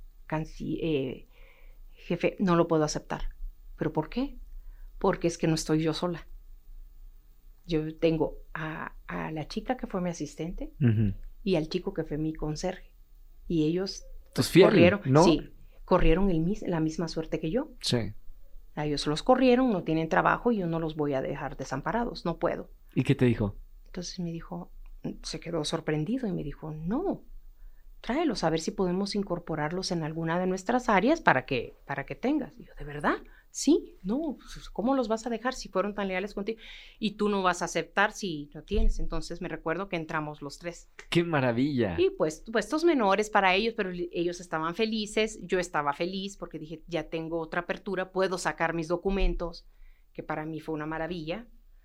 jefe, no lo puedo aceptar. ¿Pero por qué? Porque es que no estoy yo sola. Yo tengo a la chica que fue mi asistente y al chico que fue mi conserje. Y ellos corrieron, ¿no? Sí, corrieron la misma suerte que yo. Sí. A ellos los corrieron, no tienen trabajo y yo no los voy a dejar desamparados, no puedo. ¿Y qué te dijo? Entonces me dijo, se quedó sorprendido y me dijo, no, tráelos a ver si podemos incorporarlos en alguna de nuestras áreas para que tengas. Y yo, ¿de verdad? Sí, no, ¿cómo los vas a dejar si fueron tan leales contigo? Y tú no vas a aceptar si no tienes. Entonces me recuerdo que entramos los 3. ¡Qué maravilla! Y pues puestos menores para ellos, pero ellos estaban felices, yo estaba feliz porque dije, ya tengo otra apertura, puedo sacar mis documentos, que para mí fue una maravilla.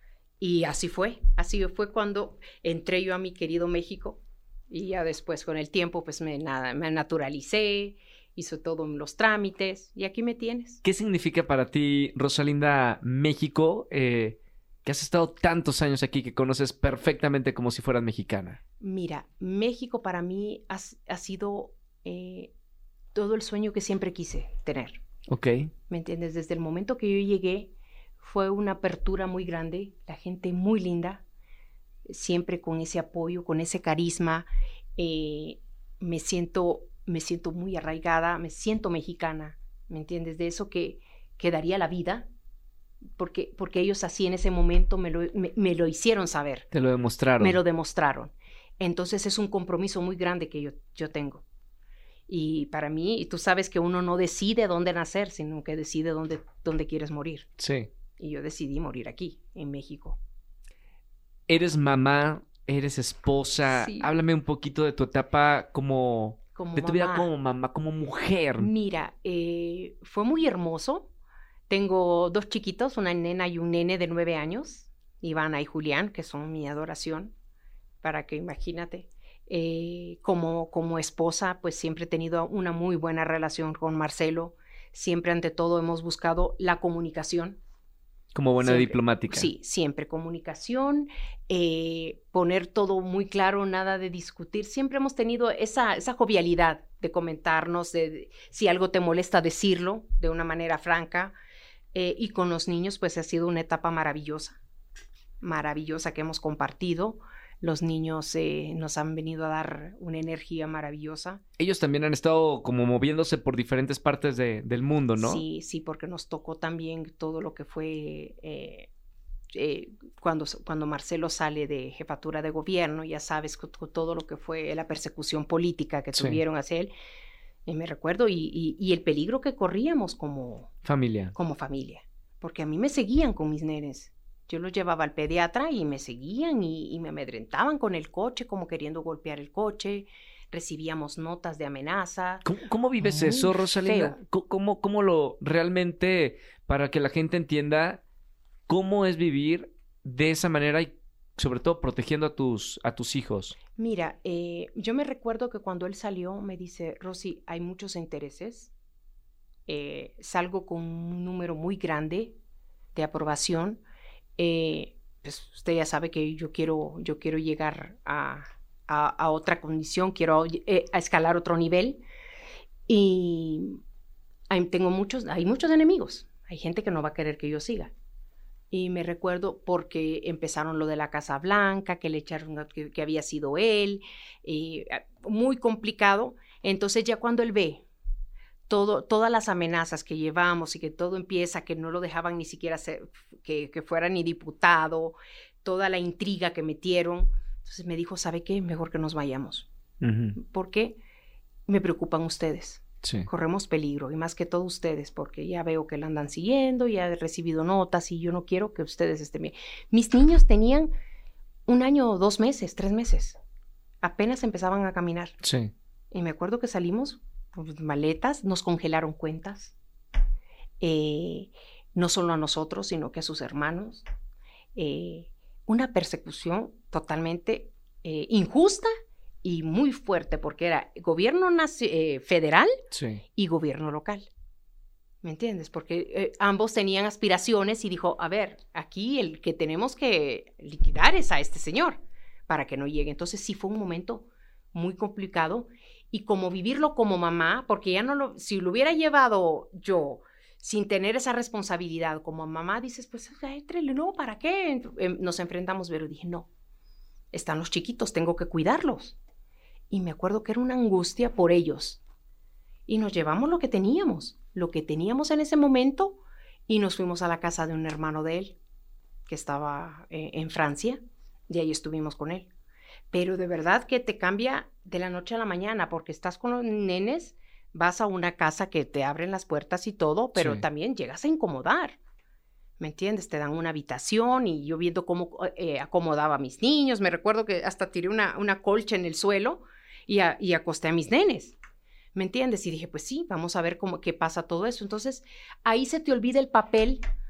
Y así fue cuando entré yo a mi querido México y ya después con el tiempo pues me naturalicé, hice todos los trámites y aquí me tienes. ¿Qué significa para ti, Rosalinda, México, que has estado tantos años aquí, que conoces perfectamente como si fueras mexicana? Mira, México para mí ha sido todo el sueño que siempre quise tener. Ok. ¿Me entiendes? Desde el momento que yo llegué fue una apertura muy grande, la gente muy linda, siempre con ese apoyo, con ese carisma. Me siento muy arraigada, me siento mexicana, ¿me entiendes? De eso que daría la vida, porque ellos así en ese momento me lo hicieron saber. Te lo demostraron. Me lo demostraron. Entonces es un compromiso muy grande que yo tengo. Y para mí, y tú sabes que uno no decide dónde nacer, sino que decide dónde quieres morir. Sí. Y yo decidí morir aquí, en México. Eres mamá, eres esposa. Sí. Háblame un poquito de tu etapa como de tu vida como mamá, como mujer. Mira, fue muy hermoso. Tengo 2 chiquitos, una nena y un nene de 9 años, Ivana y Julián, que son mi adoración, para que imagínate. Como esposa, pues siempre he tenido una muy buena relación con Marcelo. Siempre, ante todo, hemos buscado la comunicación. Como buena siempre, diplomática. Sí, siempre comunicación, poner todo muy claro, nada de discutir. Siempre hemos tenido esa jovialidad de comentarnos, si algo te molesta, decirlo de una manera franca. Y con los niños, pues ha sido una etapa maravillosa que hemos compartido. Los niños nos han venido a dar una energía maravillosa. Ellos también han estado como moviéndose por diferentes partes del mundo, ¿no? Sí, porque nos tocó también todo lo que fue cuando Marcelo sale de jefatura de gobierno, ya sabes, todo lo que fue la persecución política que tuvieron hacia él. Me recuerdo, y el peligro que corríamos como familia, porque a mí me seguían con mis nenes. Yo los llevaba al pediatra y me seguían y me amedrentaban con el coche, como queriendo golpear el coche. Recibíamos notas de amenaza. ¿Cómo vives muy eso, Rosalinda? feo. ¿Cómo lo realmente, para que la gente entienda cómo es vivir de esa manera y sobre todo protegiendo a tus hijos? Mira, yo me recuerdo que cuando él salió me dice, Rosy, hay muchos intereses. Salgo con un número muy grande de aprobación. Pues usted ya sabe que yo quiero llegar a otra condición, quiero a escalar otro nivel, y hay muchos enemigos, hay gente que no va a querer que yo siga. Y me recuerdo porque empezaron lo de la Casa Blanca, que le echaron que había sido él, muy complicado. Entonces ya cuando él ve todas las amenazas que llevamos y que todo empieza, que no lo dejaban ni siquiera que fuera ni diputado, toda la intriga que metieron, entonces me dijo, ¿sabe qué? Mejor que nos vayamos. Uh-huh. Porque me preocupan ustedes. Sí. Corremos peligro, y más que todo ustedes, porque ya veo que la andan siguiendo, ya he recibido notas y yo no quiero que ustedes estén bien. Mis niños tenían 1 año, 2 meses, 3 meses. Apenas empezaban a caminar. Sí. Y me acuerdo que salimos pues, maletas, nos congelaron cuentas, no solo a nosotros, sino que a sus hermanos. Una persecución totalmente injusta y muy fuerte, porque era gobierno federal y gobierno local. ¿Me entiendes? Porque ambos tenían aspiraciones y dijo, a ver, aquí el que tenemos que liquidar es a este señor para que no llegue. Entonces sí fue un momento muy complicado. Y como vivirlo como mamá, porque ya si lo hubiera llevado yo sin tener esa responsabilidad como mamá, dices, pues, éntrele, no, ¿para qué? Nos enfrentamos, pero dije, no, están los chiquitos, tengo que cuidarlos. Y me acuerdo que era una angustia por ellos. Y nos llevamos lo que teníamos en ese momento, y nos fuimos a la casa de un hermano de él, que estaba en Francia, y ahí estuvimos con él. Pero de verdad que te cambia de la noche a la mañana, porque estás con los nenes, vas a una casa que te abren las puertas y todo, pero también llegas a incomodar, ¿me entiendes? Te dan una habitación y yo viendo cómo acomodaba a mis niños, me recuerdo que hasta tiré una colcha en el suelo y acosté a mis nenes, ¿me entiendes? Y dije, pues sí, vamos a ver qué pasa todo eso. Entonces, ahí se te olvida el papel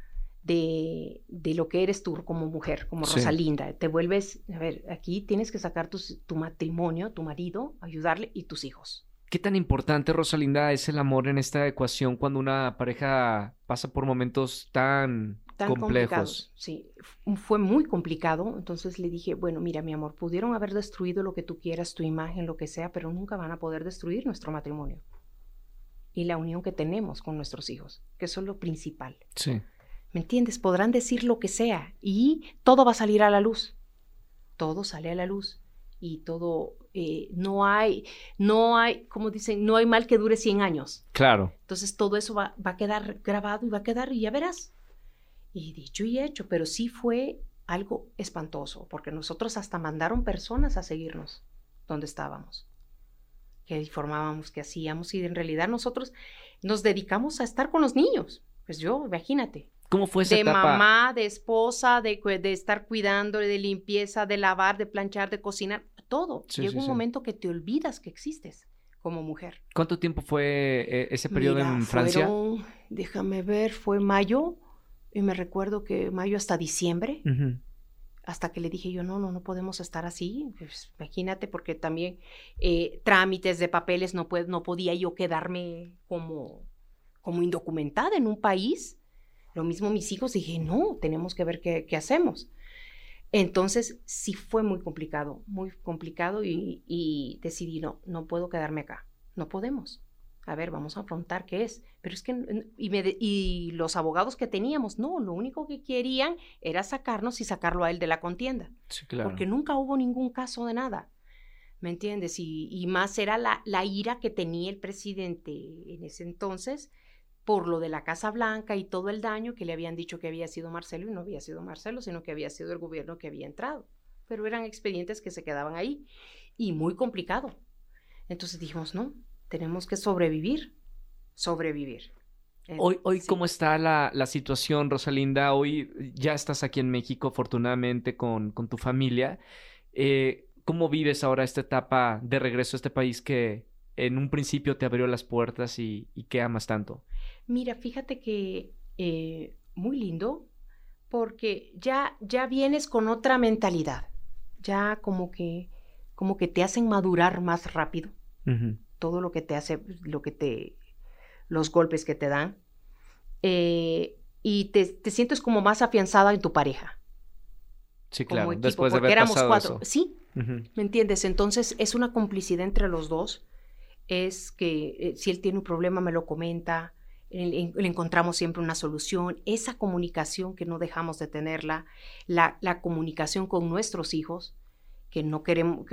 de lo que eres tú como mujer, como Sí. Rosalinda. Te vuelves, a ver, aquí tienes que sacar tu matrimonio, tu marido, ayudarle y tus hijos. ¿Qué tan importante, Rosalinda, es el amor en esta ecuación cuando una pareja pasa por momentos tan complejos? Complicados. Sí, fue muy complicado. Entonces le dije, bueno, mira, mi amor, pudieron haber destruido lo que tú quieras, tu imagen, lo que sea, pero nunca van a poder destruir nuestro matrimonio y la unión que tenemos con nuestros hijos, que eso es lo principal. Sí. ¿Me entiendes? Podrán decir lo que sea y todo va a salir a la luz. Todo sale a la luz y todo, no hay, como dicen, no hay mal que dure 100 años. Claro. Entonces todo eso va a quedar grabado y va a quedar, y ya verás. Y dicho y hecho, pero sí fue algo espantoso, porque nosotros hasta mandaron personas a seguirnos donde estábamos, que informábamos, que hacíamos, y en realidad nosotros nos dedicamos a estar con los niños. Pues yo, imagínate. ¿Cómo fue esa De etapa? mamá, de esposa, de estar cuidando, de limpieza, de lavar, de planchar, de cocinar, todo. Sí, Llega sí, un sí. momento que te olvidas que existes como mujer. ¿Cuánto tiempo fue ese periodo Mira, en Francia? déjame ver, fue mayo, y me recuerdo que mayo hasta diciembre, Ujú. hasta que le dije yo, no podemos estar así. Pues, imagínate, porque también trámites de papeles, no podía yo quedarme como indocumentada en un país. Lo mismo mis hijos, dije, no, tenemos que ver qué hacemos. Entonces, sí fue muy complicado, y decidí, no puedo quedarme acá, no podemos. A ver, vamos a afrontar qué es. Pero es que, y los abogados que teníamos, no, lo único que querían era sacarnos y sacarlo a él de la contienda. Sí, claro. Porque nunca hubo ningún caso de nada, ¿me entiendes? Y más era la ira que tenía el presidente en ese entonces, por lo de la Casa Blanca y todo el daño que le habían dicho que había sido Marcelo, y no había sido Marcelo, sino que había sido el gobierno que había entrado. Pero eran expedientes que se quedaban ahí y muy complicado. Entonces dijimos, no, tenemos que sobrevivir. Hoy Sí. ¿Cómo está la situación, Rosalinda? Hoy ya estás aquí en México, afortunadamente, con tu familia. ¿Cómo vives ahora esta etapa de regreso a este país que en un principio te abrió las puertas y que amas tanto? Mira, fíjate que muy lindo, porque ya vienes con otra mentalidad, ya como que te hacen madurar más rápido. Ujú. Todo lo que te hace, los golpes que te dan, y te sientes como más afianzada en tu pareja. Sí, Como claro, equipo, después de porque haber éramos pasado 4, eso. sí, Ujú. ¿me entiendes? Entonces es una complicidad entre los dos, es que si él tiene un problema me lo comenta, le encontramos siempre una solución, esa comunicación que no dejamos de tenerla, la comunicación con nuestros hijos, que no queremos,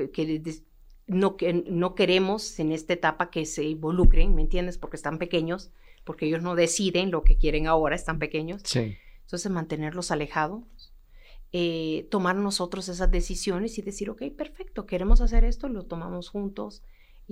no queremos en esta etapa que se involucren, ¿me entiendes? Porque están pequeños, porque ellos no deciden lo que quieren ahora, están pequeños. Sí. Entonces mantenerlos alejados, tomar nosotros esas decisiones y decir, ok, perfecto, queremos hacer esto, lo tomamos juntos.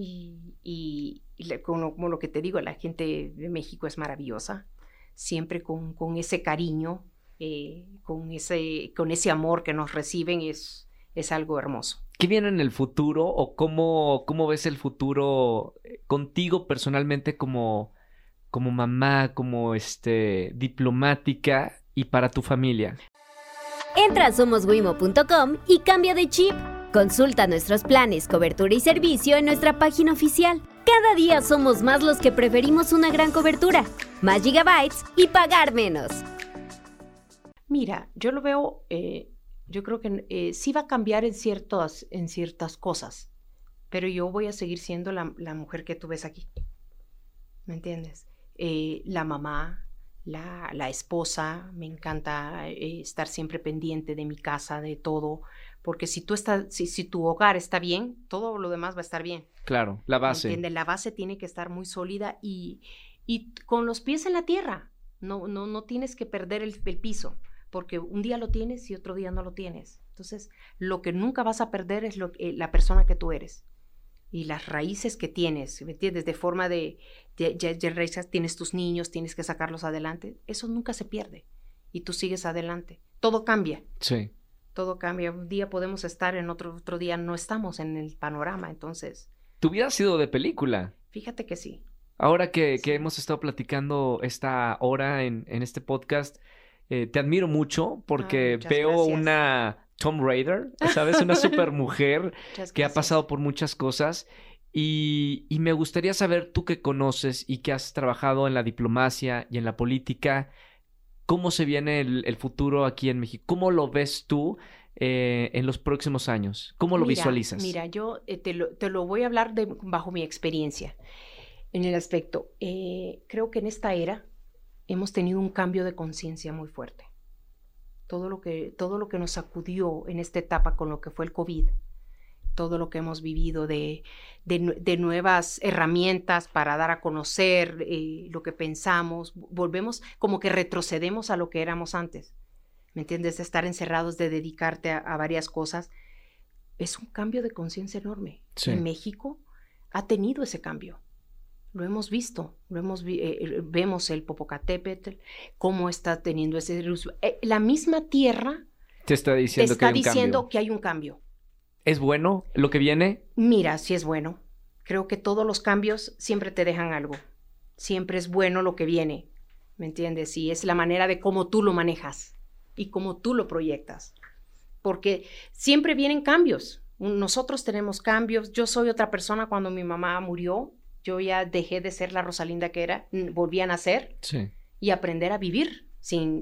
Como lo que te digo, la gente de México es maravillosa, siempre con ese cariño, con ese amor que nos reciben, es algo hermoso. ¿Qué viene en el futuro o cómo ves el futuro contigo personalmente como mamá, como diplomática y para tu familia? Entra a somoswimo.com y cambia de chip. Consulta nuestros planes, cobertura y servicio en nuestra página oficial. Cada día somos más los que preferimos una gran cobertura, más gigabytes y pagar menos. Mira, yo lo veo, yo creo que sí va a cambiar en ciertas cosas, pero yo voy a seguir siendo la mujer que tú ves aquí, ¿me entiendes? La mamá, la esposa, me encanta estar siempre pendiente de mi casa, de todo, porque si tu hogar está bien, todo lo demás va a estar bien. Claro, la base. ¿Me entiendes? La base tiene que estar muy sólida y con los pies en la tierra. No tienes que perder el piso, porque un día lo tienes y otro día no lo tienes. Entonces, lo que nunca vas a perder es la persona que tú eres y las raíces que tienes, ¿me entiendes? De forma de raíces, tienes tus niños, tienes que sacarlos adelante. Eso nunca se pierde y tú sigues adelante. Todo cambia. Sí. Todo cambia. Un día podemos estar, en otro día no estamos en el panorama. Entonces, Tu vida ha sido de película. fíjate que sí. Ahora que Sí. hemos estado platicando esta hora en este podcast, te admiro mucho porque Muchas veo gracias. una Tomb Raider, ¿sabes? Una super mujer Muchas que ha gracias. pasado por muchas cosas. Y me gustaría saber, tú que conoces y que has trabajado en la diplomacia y en la política, ¿cómo se viene el futuro aquí en México? ¿Cómo lo ves tú en los próximos años? ¿Cómo lo visualizas? Mira, yo te lo voy a hablar bajo mi experiencia en el aspecto. Creo que en esta era hemos tenido un cambio de conciencia muy fuerte. Todo lo que nos sacudió en esta etapa con lo que fue el COVID, todo lo que hemos vivido de nuevas herramientas para dar a conocer lo que pensamos, volvemos como que retrocedemos a lo que éramos antes. ¿Me entiendes? De estar encerrados, de dedicarte a varias cosas. Es un cambio de conciencia enorme. Sí. En México ha tenido ese cambio. Lo hemos visto, vemos el Popocatépetl, cómo está teniendo ese... la misma tierra te está diciendo, que hay un cambio. ¿Es bueno lo que viene? Mira, sí es bueno. Creo que todos los cambios siempre te dejan algo. Siempre es bueno lo que viene, ¿me entiendes? Y es la manera de cómo tú lo manejas y cómo tú lo proyectas. Porque siempre vienen cambios. Nosotros tenemos cambios. Yo soy otra persona cuando mi mamá murió. Yo ya dejé de ser la Rosalinda que era, volví a nacer y aprender a vivir sin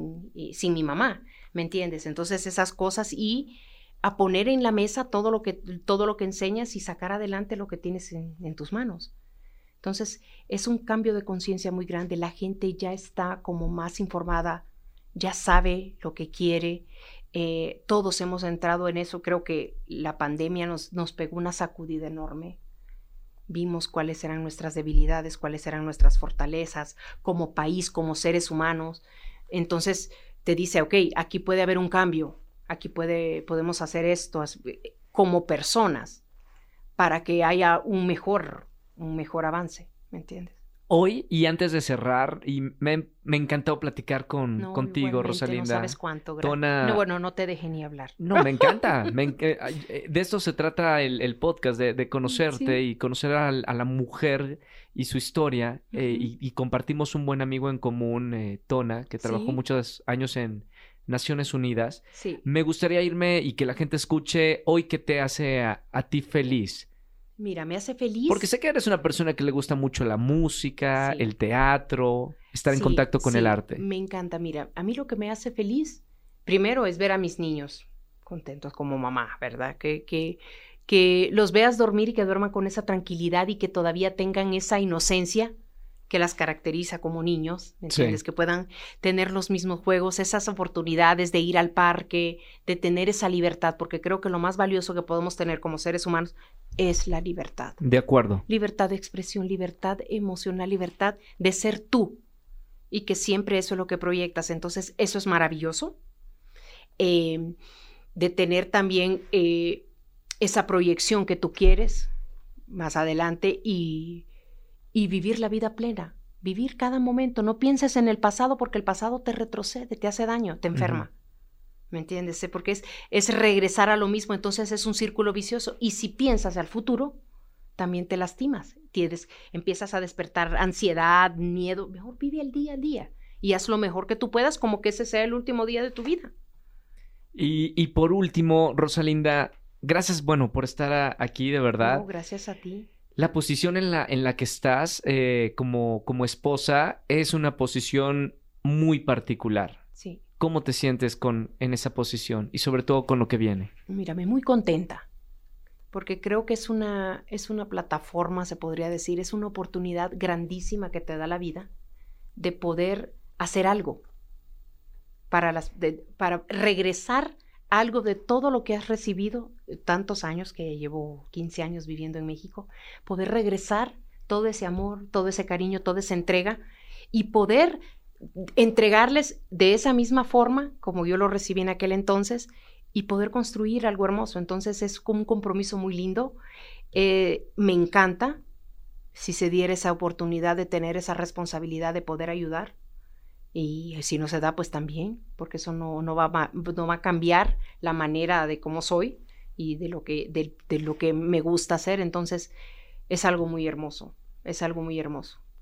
mi mamá, ¿me entiendes? Entonces esas cosas y a poner en la mesa todo lo que enseñas y sacar adelante lo que tienes en tus manos. Entonces es un cambio de conciencia muy grande, la gente ya está como más informada, ya sabe lo que quiere, todos hemos entrado en eso, creo que la pandemia nos pegó una sacudida enorme. Vimos cuáles eran nuestras debilidades, cuáles eran nuestras fortalezas como país, como seres humanos. Entonces te dice, ok, aquí puede haber un cambio, aquí podemos hacer esto como personas para que haya un mejor avance, ¿me entiendes? Hoy, y antes de cerrar, y me encantó platicar contigo, Rosalinda. No sabes cuánto, Tona... no te dejé ni hablar. No, me encanta. De esto se trata el podcast, de conocerte y conocer a la mujer y su historia. Y compartimos un buen amigo en común, Tona, que trabajó muchos años en Naciones Unidas. Sí. Me gustaría irme y que la gente escuche hoy qué te hace a ti feliz. Mira, me hace feliz. Porque sé que eres una persona que le gusta mucho la música, el teatro, estar en contacto con el arte. Me encanta. Mira, a mí lo que me hace feliz, primero es ver a mis niños contentos como mamá, ¿verdad? Que los veas dormir y que duerman con esa tranquilidad y que todavía tengan esa inocencia que las caracteriza como niños, ¿me entiendes? Que puedan tener los mismos juegos, esas oportunidades de ir al parque, de tener esa libertad, porque creo que lo más valioso que podemos tener como seres humanos es la libertad. De acuerdo. Libertad de expresión, libertad emocional, libertad de ser tú, y que siempre eso es lo que proyectas. Entonces, eso es maravilloso. De tener también esa proyección que tú quieres más adelante y vivir la vida plena, vivir cada momento. No pienses en el pasado porque el pasado te retrocede, te hace daño, te enferma. ¿Me entiendes? Porque es regresar a lo mismo, entonces es un círculo vicioso. Y si piensas al futuro, también te lastimas. Empiezas a despertar ansiedad, miedo. Mejor vive el día a día y haz lo mejor que tú puedas, como que ese sea el último día de tu vida. Y por último, Rosalinda, gracias, por estar aquí, de verdad. No, gracias a ti. La posición en la que estás como esposa es una posición muy particular. Sí. ¿Cómo te sientes en esa posición y sobre todo con lo que viene? Mírame, muy contenta, porque creo que es una plataforma, se podría decir, es una oportunidad grandísima que te da la vida de poder hacer algo para regresar algo de todo lo que has recibido, tantos años, que llevo 15 años viviendo en México, poder regresar todo ese amor, todo ese cariño, toda esa entrega y poder entregarles de esa misma forma como yo lo recibí en aquel entonces y poder construir algo hermoso. Entonces es como un compromiso muy lindo. Me encanta si se diera esa oportunidad de tener esa responsabilidad de poder ayudar. Y si no se da, pues también, porque eso no va a cambiar la manera de cómo soy y de lo que me gusta hacer. Entonces, es algo muy hermoso, es algo muy hermoso.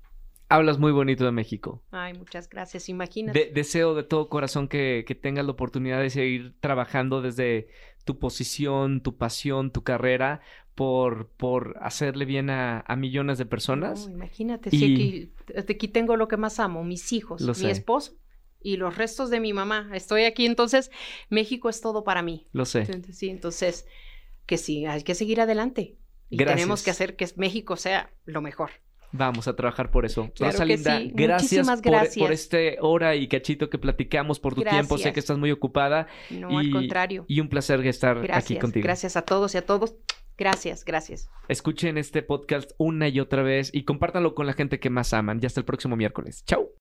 Hablas muy bonito de México. Ay, muchas gracias, imagínate. Deseo de todo corazón que tengas la oportunidad de seguir trabajando desde tu posición, tu pasión, tu carrera, por hacerle bien a millones de personas. No, imagínate, Y- sí, aquí tengo lo que más amo, mis hijos, Lo mi sé. esposo y los restos de mi mamá. Estoy aquí, entonces México es todo para mí. Lo sé. Sí, entonces, que sí, hay que seguir adelante. Y Gracias. tenemos que hacer que México sea lo mejor. Vamos a trabajar por eso. Claro que Rosalinda, sí. gracias Muchísimas por gracias. este hora y cachito que platicamos, por tu tiempo. Sé Gracias. que estás muy ocupada. No, al contrario. Y un placer estar aquí Gracias, contigo. gracias a todos y a todos. Gracias, gracias. Escuchen este podcast una y otra vez y compártanlo con la gente que más aman. Y hasta el próximo miércoles. Chau.